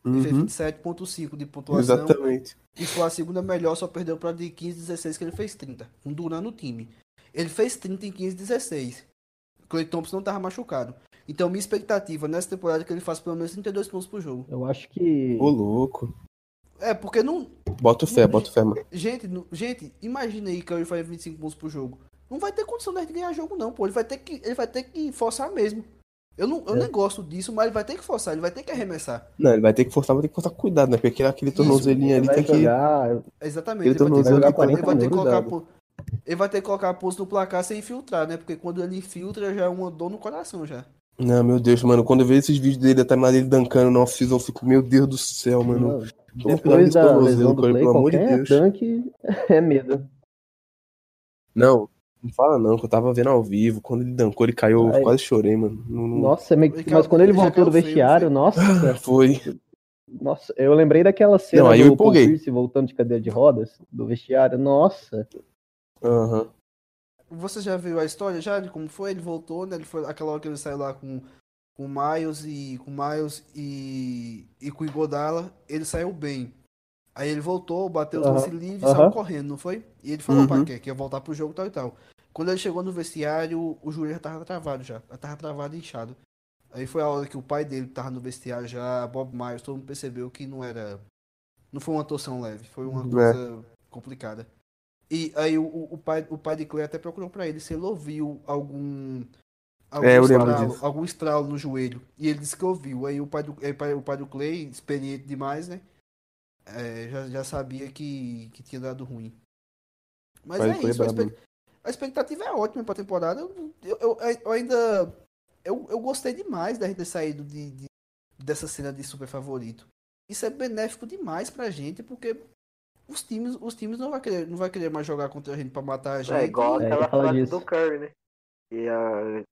[SPEAKER 5] Ele fez
[SPEAKER 4] Uhum.
[SPEAKER 5] vinte e sete ponto cinco de pontuação.
[SPEAKER 4] Exatamente.
[SPEAKER 5] E foi a segunda melhor, só perdeu para de quinze dezesseis que ele fez trinta. Com Duran no time. Ele fez trinta em quinze dezesseis. Klay Thompson não tava machucado. Então minha expectativa nessa temporada é que ele faça pelo menos trinta e dois pontos por jogo.
[SPEAKER 2] Eu acho que.
[SPEAKER 4] Ô, louco.
[SPEAKER 5] É, porque não...
[SPEAKER 4] Bota fé, bota fé, mano.
[SPEAKER 5] Gente, não- gente, imagina aí que ele faz vinte e cinco pontos por jogo. Não vai ter condição de ganhar jogo não, pô. Ele vai ter que, ele vai ter que forçar mesmo. Eu, não, eu
[SPEAKER 2] É.
[SPEAKER 5] nem gosto disso, mas ele vai ter que forçar, ele vai ter que arremessar.
[SPEAKER 4] Não, ele vai ter que forçar, vai ter que forçar com cuidado, né? Porque aquele, aquele tornozelinho
[SPEAKER 2] Ele
[SPEAKER 4] ali
[SPEAKER 2] vai
[SPEAKER 4] tem que.
[SPEAKER 2] jogar.
[SPEAKER 5] Exatamente.
[SPEAKER 4] Ele
[SPEAKER 5] Ele vai, ter,
[SPEAKER 4] tornozelo
[SPEAKER 5] ele vai-
[SPEAKER 2] que quarenta
[SPEAKER 5] ele vai ter que
[SPEAKER 2] minutos,
[SPEAKER 5] colocar...
[SPEAKER 2] cuidado.
[SPEAKER 5] pô- Ele vai ter que colocar a pulso no placar sem infiltrar, né? Porque quando ele infiltra já é uma dor no coração já.
[SPEAKER 4] Não, meu Deus, mano. Quando eu vejo esses vídeos dele, até mais dele dancando no off-season, eu fico, meu Deus do céu, mano.
[SPEAKER 2] Mano,
[SPEAKER 4] Toma cuidado
[SPEAKER 2] depois
[SPEAKER 4] desse
[SPEAKER 2] da
[SPEAKER 4] tornozelo,
[SPEAKER 2] lesão do
[SPEAKER 4] Curry,
[SPEAKER 2] Clay,
[SPEAKER 4] pelo amor de
[SPEAKER 2] qualquer
[SPEAKER 4] Deus.
[SPEAKER 2] tanque é medo.
[SPEAKER 4] Não, não fala não, que eu tava vendo ao vivo. Quando ele dancou, ele caiu, eu
[SPEAKER 2] Ai.
[SPEAKER 4] quase chorei, mano. Não, não-
[SPEAKER 2] Nossa, é meio-
[SPEAKER 5] Ele
[SPEAKER 2] mas
[SPEAKER 5] caiu-
[SPEAKER 2] quando ele
[SPEAKER 5] ele já
[SPEAKER 2] voltou do
[SPEAKER 5] caiu feio,
[SPEAKER 2] vestiário,
[SPEAKER 5] não
[SPEAKER 2] nossa,
[SPEAKER 4] Foi.
[SPEAKER 2] nossa, eu lembrei daquela cena
[SPEAKER 4] Não, aí eu
[SPEAKER 2] do Paul
[SPEAKER 4] empolguei.
[SPEAKER 2] Pierce voltando de cadeira de rodas do vestiário. Nossa,
[SPEAKER 4] Aham.
[SPEAKER 5] Você já viu a história já de como foi? Ele voltou, né? Ele foi aquela hora que ele saiu lá com com Miles e com Miles e e com o Iguodala, ele saiu bem. Aí ele voltou, bateu os
[SPEAKER 2] Aham,
[SPEAKER 5] lance livres e
[SPEAKER 2] aham.
[SPEAKER 5] saiu correndo, não foi? E ele falou
[SPEAKER 4] Uhum.
[SPEAKER 5] pra quê? Que ia voltar pro jogo tal e tal. Quando ele chegou no vestiário, o joelho já tava travado já. Já tava travado e inchado. Aí foi a hora que o pai dele que tava no vestiário já, Bob Myers, todo mundo percebeu que não era. Não foi uma torção leve, foi uma
[SPEAKER 4] É.
[SPEAKER 5] coisa complicada. E aí o, o, o pai, o pai de Clay até procurou pra ele se ele ouviu algum. Algum,
[SPEAKER 4] É, eu lembro
[SPEAKER 5] estralo,
[SPEAKER 4] disso.
[SPEAKER 5] algum estralo no joelho. E ele disse que ouviu. Aí o pai do, aí, pai- o pai do Clay, experiente demais, né? É, já, já sabia que, que tinha dado ruim. Mas
[SPEAKER 4] Pai do
[SPEAKER 5] é
[SPEAKER 4] Clay é
[SPEAKER 5] isso, a,
[SPEAKER 4] brabo.
[SPEAKER 5] expect- a expectativa é ótima pra temporada. Eu, eu, eu- eu ainda. Eu, eu gostei demais da gente ter saído de, de- dessa cena de super favorito. Isso é benéfico demais pra gente, porque os times, os times não vão querer, não vai querer mais jogar contra a gente pra matar a gente.
[SPEAKER 3] É igual
[SPEAKER 2] É,
[SPEAKER 3] aquela
[SPEAKER 2] eu falo
[SPEAKER 3] frase
[SPEAKER 2] disso.
[SPEAKER 3] do Curry, né? E a,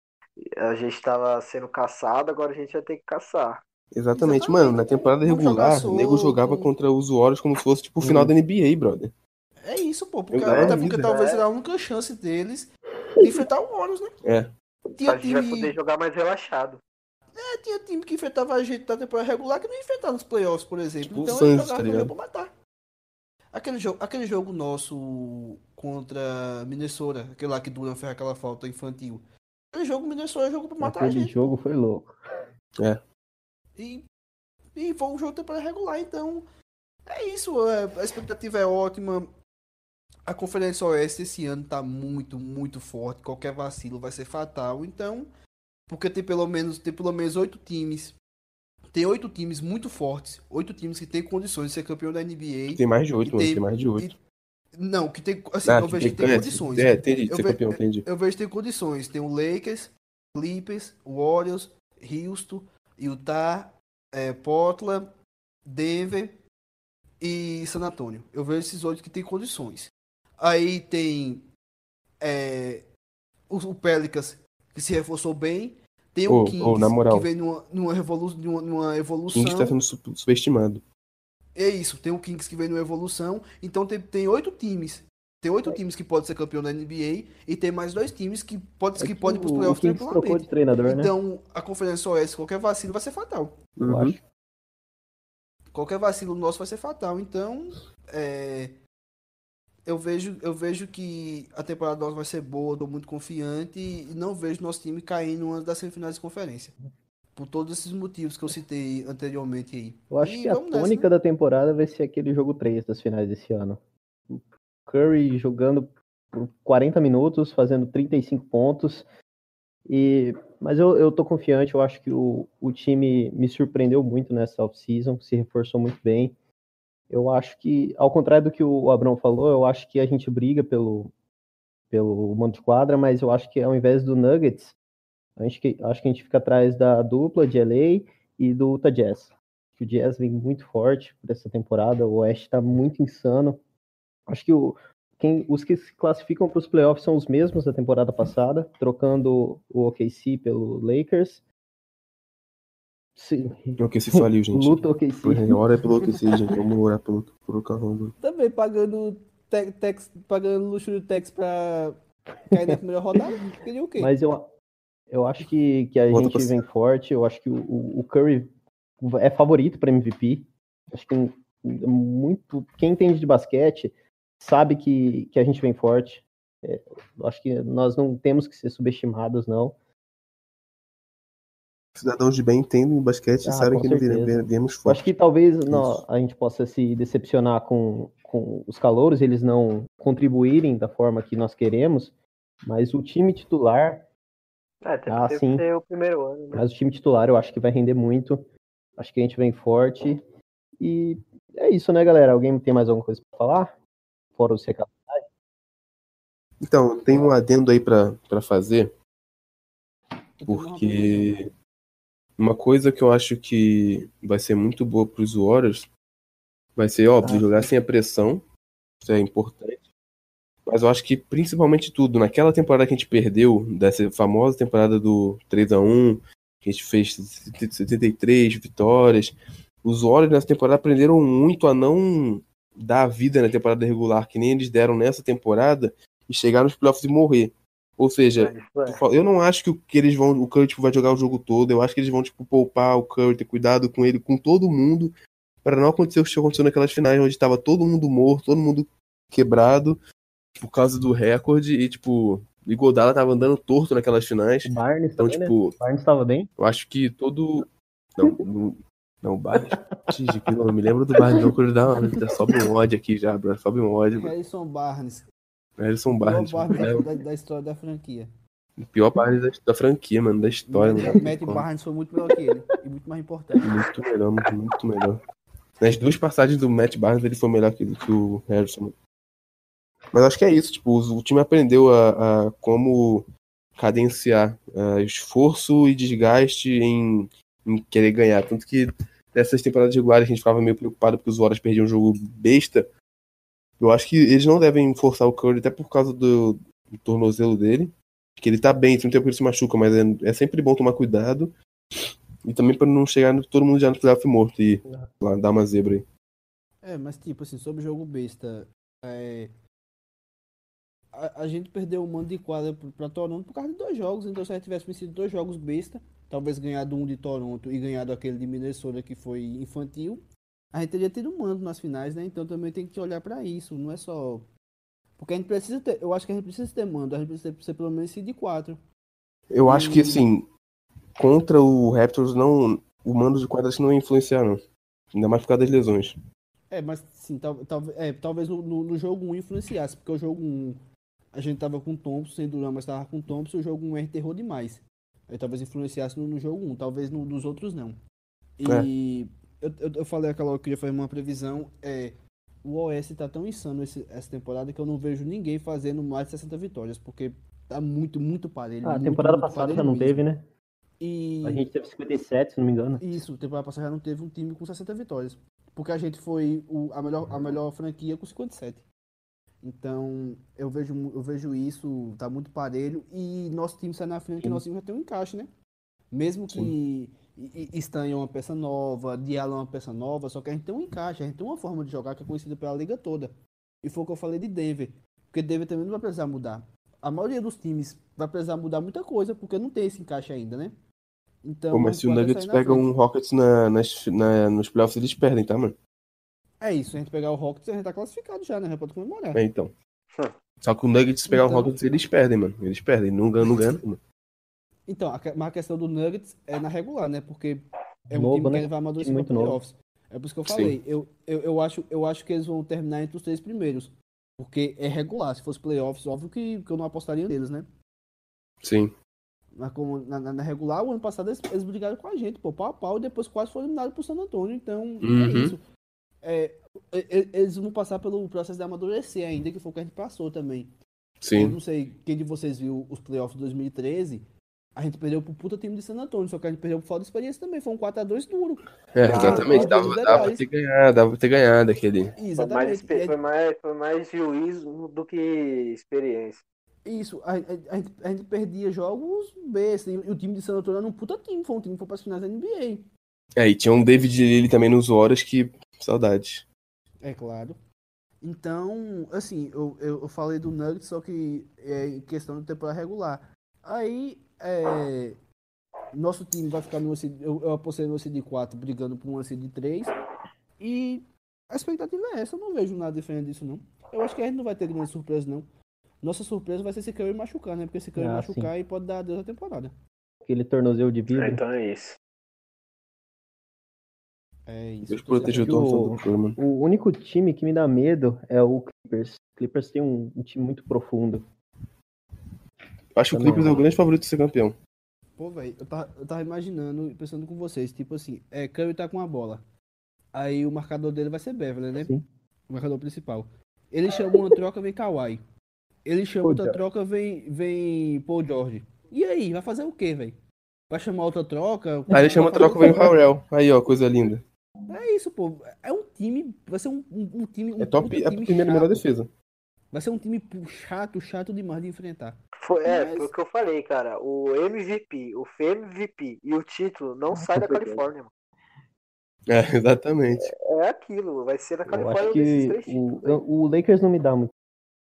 [SPEAKER 3] a gente tava sendo caçado, agora a gente vai ter que caçar.
[SPEAKER 4] Exatamente,
[SPEAKER 5] Exatamente,
[SPEAKER 4] mano. Na
[SPEAKER 5] pô.
[SPEAKER 4] temporada
[SPEAKER 5] Vamos jogar
[SPEAKER 4] regular, o nego
[SPEAKER 5] solto.
[SPEAKER 4] jogava contra os Warriors como se fosse tipo o final
[SPEAKER 2] Uhum.
[SPEAKER 4] da N B A, brother.
[SPEAKER 5] É isso, pô. Porque,
[SPEAKER 4] Eu dava
[SPEAKER 5] até
[SPEAKER 4] vida.
[SPEAKER 5] porque talvez
[SPEAKER 3] É.
[SPEAKER 5] seja a única chance deles de enfrentar o Warriors, né?
[SPEAKER 4] É.
[SPEAKER 5] Tinha
[SPEAKER 3] A gente vai
[SPEAKER 5] time,
[SPEAKER 3] poder jogar mais relaxado.
[SPEAKER 5] é, tinha time que enfrentava a gente na temporada regular que não ia enfrentar nos playoffs, por exemplo.
[SPEAKER 4] Tipo o
[SPEAKER 5] Então
[SPEAKER 4] Suns,
[SPEAKER 5] ele
[SPEAKER 4] tá
[SPEAKER 5] jogava com o
[SPEAKER 4] ligado?
[SPEAKER 5] jogo pra matar. Aquele jogo, aquele jogo nosso contra Minnesota, aquele lá que Duran fez aquela falta infantil. Aquele jogo Minnesota é jogo pra matar a
[SPEAKER 2] aquele
[SPEAKER 5] gente.
[SPEAKER 2] jogo foi louco.
[SPEAKER 4] É.
[SPEAKER 5] E, e foi um jogo de temporada regular, então é isso. é, a expectativa é ótima. A Conferência Oeste esse ano tá muito, muito forte. Qualquer vacilo vai ser fatal. Então, porque tem pelo menos tem pelo menos oito times. Tem oito times muito fortes. Oito times que têm condições de ser campeão da N B A.
[SPEAKER 4] Tem mais de oito,
[SPEAKER 5] E
[SPEAKER 4] mano.
[SPEAKER 5] tem-
[SPEAKER 4] Tem mais de oito.
[SPEAKER 5] e- não, que tem. Assim,
[SPEAKER 4] Ah,
[SPEAKER 5] eu
[SPEAKER 4] que
[SPEAKER 5] vejo que
[SPEAKER 4] tem-
[SPEAKER 5] tem
[SPEAKER 4] é,
[SPEAKER 5] condições.
[SPEAKER 4] É, entendi.
[SPEAKER 5] Eu
[SPEAKER 4] Ser
[SPEAKER 5] ve-
[SPEAKER 4] campeão, entendi.
[SPEAKER 5] Eu vejo que tem condições. Tem o Lakers, Clippers, Warriors, Houston, Utah, eh, Portland, Denver e San Antonio. Eu vejo esses oito que tem condições. Aí tem eh, o, o Pelicans, que se reforçou bem. Tem o
[SPEAKER 4] Ô,
[SPEAKER 5] Kings,
[SPEAKER 4] ô, na moral.
[SPEAKER 5] que vem numa, numa, revolu numa, numa evolução.
[SPEAKER 4] Kings tá sendo su- subestimado.
[SPEAKER 5] É isso, tem o Kings que vem numa evolução. Então tem, tem oito times. Tem oito times que podem ser campeão da N B A e tem mais dois times que, pode,
[SPEAKER 2] É
[SPEAKER 5] que
[SPEAKER 2] que
[SPEAKER 5] podem ir para os
[SPEAKER 2] o, o
[SPEAKER 5] playoffs
[SPEAKER 2] Kings trocou de
[SPEAKER 5] tranquilamente.
[SPEAKER 2] treinador, né?
[SPEAKER 5] Então, a Conferência Oeste, qualquer vacilo vai ser fatal.
[SPEAKER 2] Eu
[SPEAKER 4] Uhum.
[SPEAKER 2] acho.
[SPEAKER 5] Qualquer vacilo nosso vai ser fatal. Então, é, eu, vejo, eu vejo que a temporada nossa vai ser boa, estou muito confiante e não vejo nosso time caindo numa das semifinais de conferência. Por todos esses motivos que eu citei anteriormente aí.
[SPEAKER 2] Eu acho
[SPEAKER 5] E
[SPEAKER 2] que a
[SPEAKER 5] vamos nessa,
[SPEAKER 2] tônica
[SPEAKER 5] né?
[SPEAKER 2] da temporada vai ser aquele jogo três das finais desse ano. O Curry jogando por quarenta minutos, fazendo trinta e cinco pontos. E, mas eu, eu tô confiante, eu acho que o, o time me surpreendeu muito nessa off-season, se reforçou muito bem. Eu acho que, ao contrário do que o Abrão falou, eu acho que a gente briga pelo, pelo mando de quadra, mas eu acho que ao invés do Nuggets, a gente, que- acho que a gente fica atrás da dupla de L A e do Utah Jazz. O Jazz vem muito forte por essa temporada, o Oeste está muito insano. Acho que o, quem, os que se classificam para os playoffs são os mesmos da temporada passada, trocando o O K C pelo Lakers. Sim.
[SPEAKER 4] O que se faliu, gente.
[SPEAKER 2] Luta O K C.
[SPEAKER 4] Ora pelo O K C, gente. Vamos orar pelo, pelo carro.
[SPEAKER 5] Também pagando, te, tex, pagando luxo de tax pra cair na primeira rodada. Queria o quê?
[SPEAKER 2] Mas eu, eu acho que, que a
[SPEAKER 4] Volta
[SPEAKER 2] gente
[SPEAKER 4] pra
[SPEAKER 2] vem forte, eu acho que o, o Curry é favorito para M V P. Acho que muito quem entende de basquete sabe que, que a gente vem forte. É, acho que nós não temos que ser subestimados, não.
[SPEAKER 4] Cidadãos de bem entendem basquete e
[SPEAKER 2] Ah,
[SPEAKER 4] sabem
[SPEAKER 2] com
[SPEAKER 4] que não
[SPEAKER 2] certeza.
[SPEAKER 4] viemos, viemos
[SPEAKER 2] Eu
[SPEAKER 4] forte.
[SPEAKER 2] acho que talvez nó- a gente possa se decepcionar com, com os calouros, eles não contribuírem da forma que nós queremos, mas o time titular,
[SPEAKER 3] É, até
[SPEAKER 2] ah,
[SPEAKER 3] porque
[SPEAKER 2] sim,
[SPEAKER 3] ser o primeiro ano, né?
[SPEAKER 2] mas o time titular eu acho que vai render muito. Acho que a gente vem forte. E é isso, né, galera? Alguém tem mais alguma coisa para falar? Fora os recados.
[SPEAKER 4] Então, tem um adendo aí pra, pra fazer,
[SPEAKER 5] Eu tenho uma previsão.
[SPEAKER 4] porque uma coisa que eu acho que vai ser muito boa pros Warriors vai ser, óbvio,
[SPEAKER 2] Ah,
[SPEAKER 4] jogar sem a pressão. Isso é importante. Mas eu acho que principalmente tudo, naquela temporada que a gente perdeu, dessa famosa temporada do três a um, que a gente fez setenta e três vitórias, os Warriors nessa temporada aprenderam muito a não dar a vida na temporada regular, que nem eles deram nessa temporada, e chegar nos playoffs e morrer. Ou seja,
[SPEAKER 3] É, isso é.
[SPEAKER 4] tu fala- eu não acho que, o- que eles vão, o Curry tipo, vai jogar o jogo todo, eu acho que eles vão tipo, poupar o Curry, ter cuidado com ele, com todo mundo, para não acontecer o que aconteceu naquelas finais, onde estava todo mundo morto, todo mundo quebrado, por causa do recorde, e tipo, o Iguodala tava andando torto naquelas finais.
[SPEAKER 2] O Barnes
[SPEAKER 4] Então,
[SPEAKER 2] também, né?
[SPEAKER 4] tipo,
[SPEAKER 2] O Barnes estava bem?
[SPEAKER 4] eu acho que todo. Não, não, não o Barnes. Gigi, que não me lembro do Barnes, não, quando ele dá uma. Já sobe um ódio aqui já, bro. Sobe um ódio, bro.
[SPEAKER 5] Harrison Barnes.
[SPEAKER 4] Ellison
[SPEAKER 5] O pior
[SPEAKER 4] Barnes,
[SPEAKER 5] Barnes
[SPEAKER 4] é
[SPEAKER 5] da,
[SPEAKER 4] o
[SPEAKER 5] da- da história da franquia.
[SPEAKER 4] pior Barnes da, da franquia, mano, da história.
[SPEAKER 5] Matt,
[SPEAKER 4] Mano.
[SPEAKER 5] Matt Barnes foi muito melhor que ele. E muito mais importante.
[SPEAKER 4] Muito melhor, muito melhor. Nas duas passagens do Matt Barnes, ele foi melhor que, que o Harrison. Mas acho que é isso, tipo, o, o time aprendeu a, a como cadenciar uh, esforço e desgaste em, em querer ganhar. Tanto que nessas temporadas regulares a gente ficava meio preocupado porque os Warriors perdiam um jogo besta. Eu acho que eles não devem forçar o Curry até por causa do, do tornozelo dele. Que ele tá bem, tem um tempo que ele se machuca, mas é, é sempre bom tomar cuidado. E também para não chegar no, todo mundo já no playoff morto e lá, dar uma zebra aí.
[SPEAKER 5] É, mas tipo assim, sobre o jogo besta, é, a, a gente perdeu o mando de quadra pro- pra Toronto por causa de dois jogos. Então se a gente tivesse vencido dois jogos besta, talvez ganhado um de Toronto e ganhado aquele de Minnesota que foi infantil, a gente teria tido um mando nas finais, né? Então também tem que olhar pra isso, não é só... Porque a gente precisa ter, eu acho que a gente precisa ter mando, a gente precisa ser pelo menos de quatro.
[SPEAKER 4] Eu acho que,
[SPEAKER 5] E-
[SPEAKER 4] assim, contra o Raptors, não, o mando de quadras não ia influenciar, não. Ainda mais por causa das lesões.
[SPEAKER 5] É, mas sim, tal, tal, é, talvez no, no, no jogo um influenciasse, porque o jogo um a gente tava com Thompson, sem Duran, mas tava com Thompson, o jogo um a gente errou demais. Aí talvez influenciasse no, no jogo um, talvez no, nos outros não. E eu, eu, eu falei aquela hora que eu queria fazer uma previsão, é, o Oeste tá tão insano esse, essa temporada que eu não vejo ninguém fazendo mais de sessenta vitórias, porque tá muito, muito parelho.
[SPEAKER 2] Ah, a
[SPEAKER 5] muito,
[SPEAKER 2] temporada
[SPEAKER 5] muito
[SPEAKER 2] passada
[SPEAKER 5] parelho
[SPEAKER 2] já não
[SPEAKER 5] mesmo.
[SPEAKER 2] teve, né?
[SPEAKER 5] E
[SPEAKER 2] A gente teve cinquenta e sete, se não me engano.
[SPEAKER 5] isso, temporada passada já não teve um time com sessenta vitórias. Porque a gente foi o, a, melhor, a melhor franquia com cinquenta e sete. Então, eu vejo, eu vejo isso, tá muito parelho. E nosso time sai na frente, que nosso time já tem um encaixe, né? Mesmo que Stan é uma peça nova, Diallo é uma peça nova, só que a gente tem um encaixe, a gente tem uma forma de jogar que é conhecida pela liga toda. E foi o que eu falei de Denver. Porque Denver também não vai precisar mudar. A maioria dos times vai precisar mudar muita coisa, porque não tem esse encaixe ainda, né? Então,
[SPEAKER 4] Pô,
[SPEAKER 5] a
[SPEAKER 4] mas
[SPEAKER 5] gente
[SPEAKER 4] se o
[SPEAKER 5] pode até
[SPEAKER 4] Nuggets
[SPEAKER 5] sair na
[SPEAKER 4] pega
[SPEAKER 5] frente.
[SPEAKER 4] um Rockets na, nas, na, nos playoffs, eles perdem, tá, mano?
[SPEAKER 5] É isso, se a gente pegar o Rockets, a gente tá classificado já, né? Já pode comemorar.
[SPEAKER 4] É, então. Só que o Nuggets pegar
[SPEAKER 5] Então-
[SPEAKER 4] um Rockets, eles perdem, mano. Eles perdem, não ganham, não ganham, mano.
[SPEAKER 5] Então, a, que- mas a questão do Nuggets é na regular, né? Porque é um
[SPEAKER 2] Novo,
[SPEAKER 5] time que
[SPEAKER 2] né?
[SPEAKER 5] ele vai amadurecer
[SPEAKER 2] Time
[SPEAKER 5] para
[SPEAKER 2] muito novo.
[SPEAKER 5] playoffs. É por isso que eu
[SPEAKER 4] Sim.
[SPEAKER 5] falei. Eu, eu, eu, acho, eu acho que eles vão terminar entre os três primeiros. Porque é regular. Se fosse playoffs, óbvio que, que eu não apostaria neles, né?
[SPEAKER 4] Sim.
[SPEAKER 5] Mas como na, na- na regular, o ano passado eles, eles brigaram com a gente, pô, pau a pau, e depois quase foram eliminados pro San Antonio. Então, é
[SPEAKER 4] Uhum.
[SPEAKER 5] isso. É, e- e- eles vão passar pelo processo de amadurecer ainda, que foi o que a gente passou também. Eu
[SPEAKER 4] Sim.
[SPEAKER 5] não sei quem de vocês viu os playoffs de dois mil e treze. A gente perdeu pro puta time de San Antonio, só que a gente perdeu por falta de experiência também. Foi um quatro a dois duro.
[SPEAKER 4] É,
[SPEAKER 3] Ah,
[SPEAKER 4] exatamente.
[SPEAKER 5] os
[SPEAKER 4] Dava,
[SPEAKER 5] dois
[SPEAKER 4] dava pra
[SPEAKER 5] detalhes.
[SPEAKER 4] ter ganhado, dava pra ter ganhado aquele.
[SPEAKER 3] Foi mais,
[SPEAKER 5] Exatamente.
[SPEAKER 3] expe-
[SPEAKER 5] E é-
[SPEAKER 3] foi, mais, foi mais juízo do que experiência.
[SPEAKER 5] isso, a, a- a gente, a gente perdia jogos bestas. E o time de San Antonio era um puta time. Foi um time que foi para as finais da N B
[SPEAKER 4] É, e tinha um David Lilley também nos Warriors que. Saudades.
[SPEAKER 5] A. É claro. Então, assim, eu, eu, eu falei do Nuggets, só que é em questão de temporada regular. Aí, é, Nosso time vai ficar no seed, eu, eu apostei no seed quatro, brigando por uma seed três. E a expectativa é essa, eu não vejo nada diferente disso, não. Eu acho que a gente não vai ter grande surpresa, não. Nossa surpresa vai ser se Curry machucar, né? Porque se Curry
[SPEAKER 2] Ah,
[SPEAKER 5] machucar, e pode dar adeus à temporada.
[SPEAKER 2] Aquele tornozelo de vidro.
[SPEAKER 3] Então é isso.
[SPEAKER 5] É isso.
[SPEAKER 4] Deus
[SPEAKER 5] eu tô
[SPEAKER 4] proteja o
[SPEAKER 5] certo.
[SPEAKER 4] torcedor do Curry, mano.
[SPEAKER 2] O único time que me dá medo é o Clippers. O Clippers tem um, um time muito profundo.
[SPEAKER 4] Acho que o
[SPEAKER 2] Não.
[SPEAKER 4] Clippers é o grande favorito de ser campeão.
[SPEAKER 5] Pô, velho, eu tava, eu tava imaginando e pensando com vocês, tipo assim, é, Curry tá com a bola. Aí o marcador dele vai ser Beverly, né?
[SPEAKER 2] Sim.
[SPEAKER 5] O marcador principal. Ele chama uma troca, vem Kawhi. Ele chama
[SPEAKER 2] Paul
[SPEAKER 5] outra
[SPEAKER 2] George.
[SPEAKER 5] troca, vem, vem Paul George. E aí, vai fazer o quê, velho? Vai chamar outra troca?
[SPEAKER 4] Aí ele chama a
[SPEAKER 5] Vai fazer
[SPEAKER 4] troca,
[SPEAKER 5] o
[SPEAKER 4] vem o
[SPEAKER 5] quê?
[SPEAKER 4] Raurel. Aí, ó, coisa linda.
[SPEAKER 5] É isso, pô. É um time, vai ser um, um, um time, um
[SPEAKER 4] É top,
[SPEAKER 5] puta
[SPEAKER 4] é a
[SPEAKER 5] time
[SPEAKER 4] primeira melhor
[SPEAKER 5] chato.
[SPEAKER 4] defesa.
[SPEAKER 5] Vai ser um time pu- chato, chato demais de enfrentar.
[SPEAKER 3] Foi, é,
[SPEAKER 5] Mas-
[SPEAKER 3] foi o que eu falei, cara. O M V P, o F M V P e o título não sai da
[SPEAKER 2] certeza.
[SPEAKER 3] Califórnia, mano.
[SPEAKER 4] É, exatamente.
[SPEAKER 3] É aquilo, vai ser na
[SPEAKER 2] Eu
[SPEAKER 3] Califórnia
[SPEAKER 2] acho
[SPEAKER 3] desses
[SPEAKER 2] que
[SPEAKER 3] três títulos.
[SPEAKER 2] o, o Lakers não me dá muito.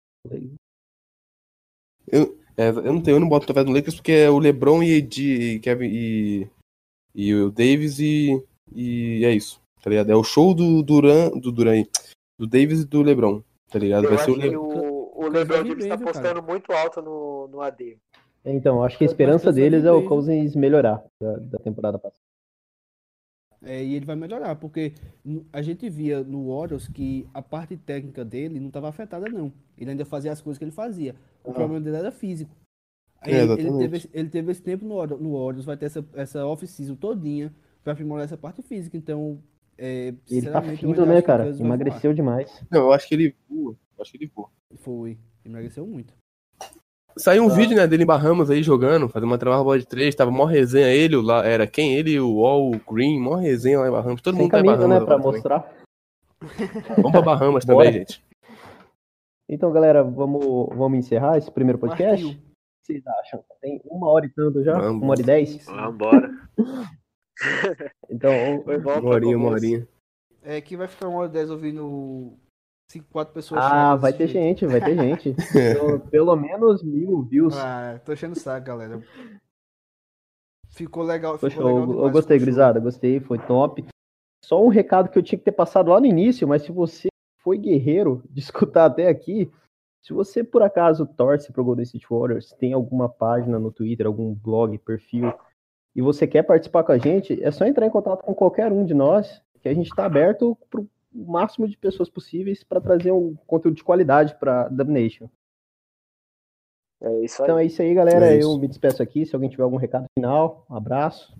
[SPEAKER 4] Eu, é, eu não tenho, eu não boto fé no Lakers porque é o LeBron e, e Kevin e, e o Davis e, e é isso, tá ligado? É o show do Duran, do Duran aí, do Davis e do LeBron, tá ligado?
[SPEAKER 3] Eu
[SPEAKER 4] Vai ser
[SPEAKER 3] acho
[SPEAKER 4] o
[SPEAKER 3] que
[SPEAKER 4] LeBron.
[SPEAKER 3] o, o
[SPEAKER 5] Cousins
[SPEAKER 3] LeBron
[SPEAKER 5] vai vir
[SPEAKER 3] James tá
[SPEAKER 5] bem, viu, cara?
[SPEAKER 3] postando muito alto no, no A D.
[SPEAKER 2] Então, acho que a
[SPEAKER 5] Mas
[SPEAKER 2] esperança
[SPEAKER 5] Cousins vai
[SPEAKER 2] deles
[SPEAKER 5] vir
[SPEAKER 2] é o
[SPEAKER 5] bem,
[SPEAKER 2] Cousins melhorar da, da temporada passada.
[SPEAKER 5] É, e ele vai melhorar, porque n- a gente via no Warriors que a parte técnica dele não estava afetada, não. Ele ainda fazia as coisas que ele fazia. O
[SPEAKER 2] Ah.
[SPEAKER 5] problema dele era físico. Aí
[SPEAKER 4] É,
[SPEAKER 5] ele, ele
[SPEAKER 4] exatamente.
[SPEAKER 5] teve, esse- ele teve esse tempo no, Warriors- no Warriors, vai ter essa, essa off-season todinha para aprimorar essa parte física. Então, é,
[SPEAKER 2] Ele tá
[SPEAKER 5] sinceramente, eu
[SPEAKER 2] fino,
[SPEAKER 5] ainda
[SPEAKER 2] né,
[SPEAKER 5] acho que o
[SPEAKER 2] cara?
[SPEAKER 5] Cousins vai voar.
[SPEAKER 2] Emagreceu demais.
[SPEAKER 4] Não, eu acho que ele voa, eu acho que ele voa.
[SPEAKER 5] Foi, emagreceu muito.
[SPEAKER 4] Saiu um vídeo, né, dele em Bahamas aí jogando, fazendo uma trabalho bola de três, tava mó resenha ele, lá, era quem? Ele, o All, o Green, mó resenha lá em Bahamas, todo
[SPEAKER 2] Sem
[SPEAKER 4] mundo tá em
[SPEAKER 2] camisa,
[SPEAKER 4] Bahamas
[SPEAKER 2] né, pra
[SPEAKER 4] agora também.
[SPEAKER 2] mostrar.
[SPEAKER 4] Vamos pra Bahamas
[SPEAKER 2] Bora.
[SPEAKER 4] também, gente.
[SPEAKER 2] Então, galera, vamos, vamos encerrar esse primeiro podcast?
[SPEAKER 5] Partiu.
[SPEAKER 2] O que vocês acham? Tem uma hora e tanto já?
[SPEAKER 4] Vamos.
[SPEAKER 2] Uma hora e dez?
[SPEAKER 5] Sim, sim.
[SPEAKER 3] Vambora.
[SPEAKER 2] Então,
[SPEAKER 3] Foi bom
[SPEAKER 4] Uma
[SPEAKER 3] pra
[SPEAKER 4] horinha, uma
[SPEAKER 3] começo.
[SPEAKER 4] horinha.
[SPEAKER 5] É que vai ficar uma hora e dez ouvindo cinco, quatro pessoas
[SPEAKER 2] ah,
[SPEAKER 5] chatas
[SPEAKER 2] vai
[SPEAKER 5] desse
[SPEAKER 2] ter
[SPEAKER 5] jeito.
[SPEAKER 2] gente, vai ter gente. Pelo, pelo menos mil views.
[SPEAKER 5] Ah, tô enchendo o saco, galera. Ficou legal,
[SPEAKER 2] Foi
[SPEAKER 5] ficou
[SPEAKER 2] show.
[SPEAKER 5] legal
[SPEAKER 2] Eu
[SPEAKER 5] demais.
[SPEAKER 2] gostei,
[SPEAKER 5] ficou show.
[SPEAKER 2] Grisada, gostei, foi top. Só um recado que eu tinha que ter passado lá no início, mas se você foi guerreiro de escutar até aqui, se você por acaso torce pro Golden State Warriors, tem alguma página no Twitter, algum blog, perfil, e você quer participar com a gente, é só entrar em contato com qualquer um de nós, que a gente está aberto pro máximo de pessoas possíveis para trazer um conteúdo de qualidade para Domination.
[SPEAKER 3] É isso aí.
[SPEAKER 2] Então é isso aí, galera.
[SPEAKER 4] É isso.
[SPEAKER 2] Eu me despeço aqui. Se alguém tiver algum recado final, um abraço.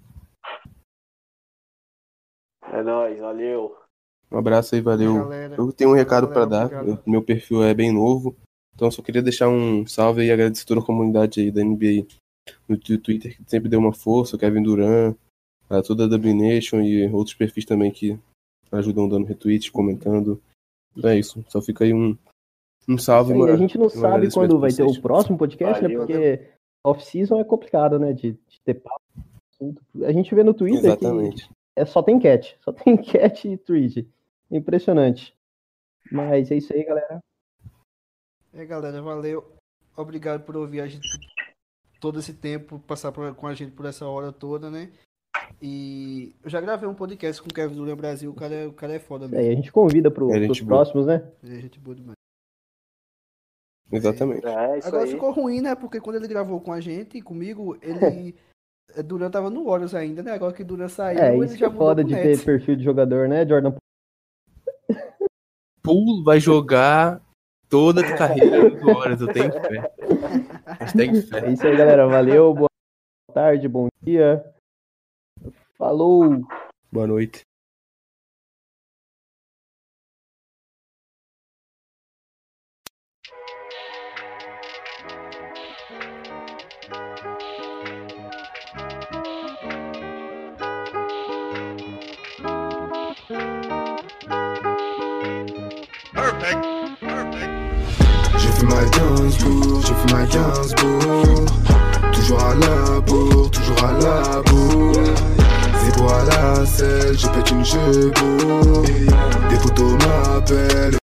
[SPEAKER 3] É nóis, valeu.
[SPEAKER 4] Um abraço aí, valeu.
[SPEAKER 5] Galera,
[SPEAKER 4] Eu tenho um recado pra
[SPEAKER 5] galera,
[SPEAKER 4] dar.
[SPEAKER 5] obrigado.
[SPEAKER 4] Eu- meu perfil é bem novo. Então eu só queria deixar um salve e agradecer toda a comunidade aí da N B A no tu- Twitter, que sempre deu uma força, o Kevin Durant, a toda a Domination e outros perfis também que ajudam dando retweet, comentando. Então é isso. Só fica aí um, um salve,
[SPEAKER 2] Isso aí,
[SPEAKER 4] mano.
[SPEAKER 2] a gente não
[SPEAKER 4] Um
[SPEAKER 2] sabe
[SPEAKER 4] agradecimento
[SPEAKER 2] quando vai
[SPEAKER 4] pra
[SPEAKER 2] ter
[SPEAKER 4] vocês.
[SPEAKER 2] o próximo podcast, né?
[SPEAKER 3] Valeu.
[SPEAKER 2] Porque off-season é complicado, né? De, de ter papo. assunto. A gente vê no Twitter
[SPEAKER 4] Exatamente.
[SPEAKER 2] que é, só tem cat. Só tem cat e tweet. Impressionante. Mas é isso aí, galera.
[SPEAKER 5] É, galera, valeu. Obrigado por ouvir a gente todo esse tempo, passar por- com a gente por essa hora toda, né? E eu já gravei um podcast com o Kevin Durant Brasil, o cara é, o cara é foda
[SPEAKER 2] É,
[SPEAKER 5] mesmo.
[SPEAKER 2] e a gente convida pro,
[SPEAKER 4] É, gente
[SPEAKER 2] pros
[SPEAKER 4] boa.
[SPEAKER 2] próximos, né?
[SPEAKER 5] É gente boa demais.
[SPEAKER 4] Exatamente.
[SPEAKER 3] É isso
[SPEAKER 5] Agora
[SPEAKER 3] aí.
[SPEAKER 5] ficou ruim, né? Porque quando ele gravou com a gente, comigo, ele. é, Durant tava no Warriors ainda, né? Agora que Durant saiu,
[SPEAKER 2] É,
[SPEAKER 5] ele
[SPEAKER 2] isso que
[SPEAKER 5] já
[SPEAKER 2] é
[SPEAKER 5] mudou
[SPEAKER 2] foda
[SPEAKER 5] pro
[SPEAKER 2] de
[SPEAKER 5] Nets.
[SPEAKER 2] ter perfil de jogador, né, Jordan?
[SPEAKER 4] Poole vai jogar toda a carreira do Warriors, eu tenho fé. Hashtag fé.
[SPEAKER 2] É isso aí, galera. Valeu, boa tarde, bom dia. Falou!
[SPEAKER 4] Boa noite.
[SPEAKER 6] J'ai fait ma Gainsbourg, j'ai fait ma Gainsbourg. Toujours à la bourre, toujours à la bourre. Zéro à la selle, je pète une chevaux. Des photos m'appellent.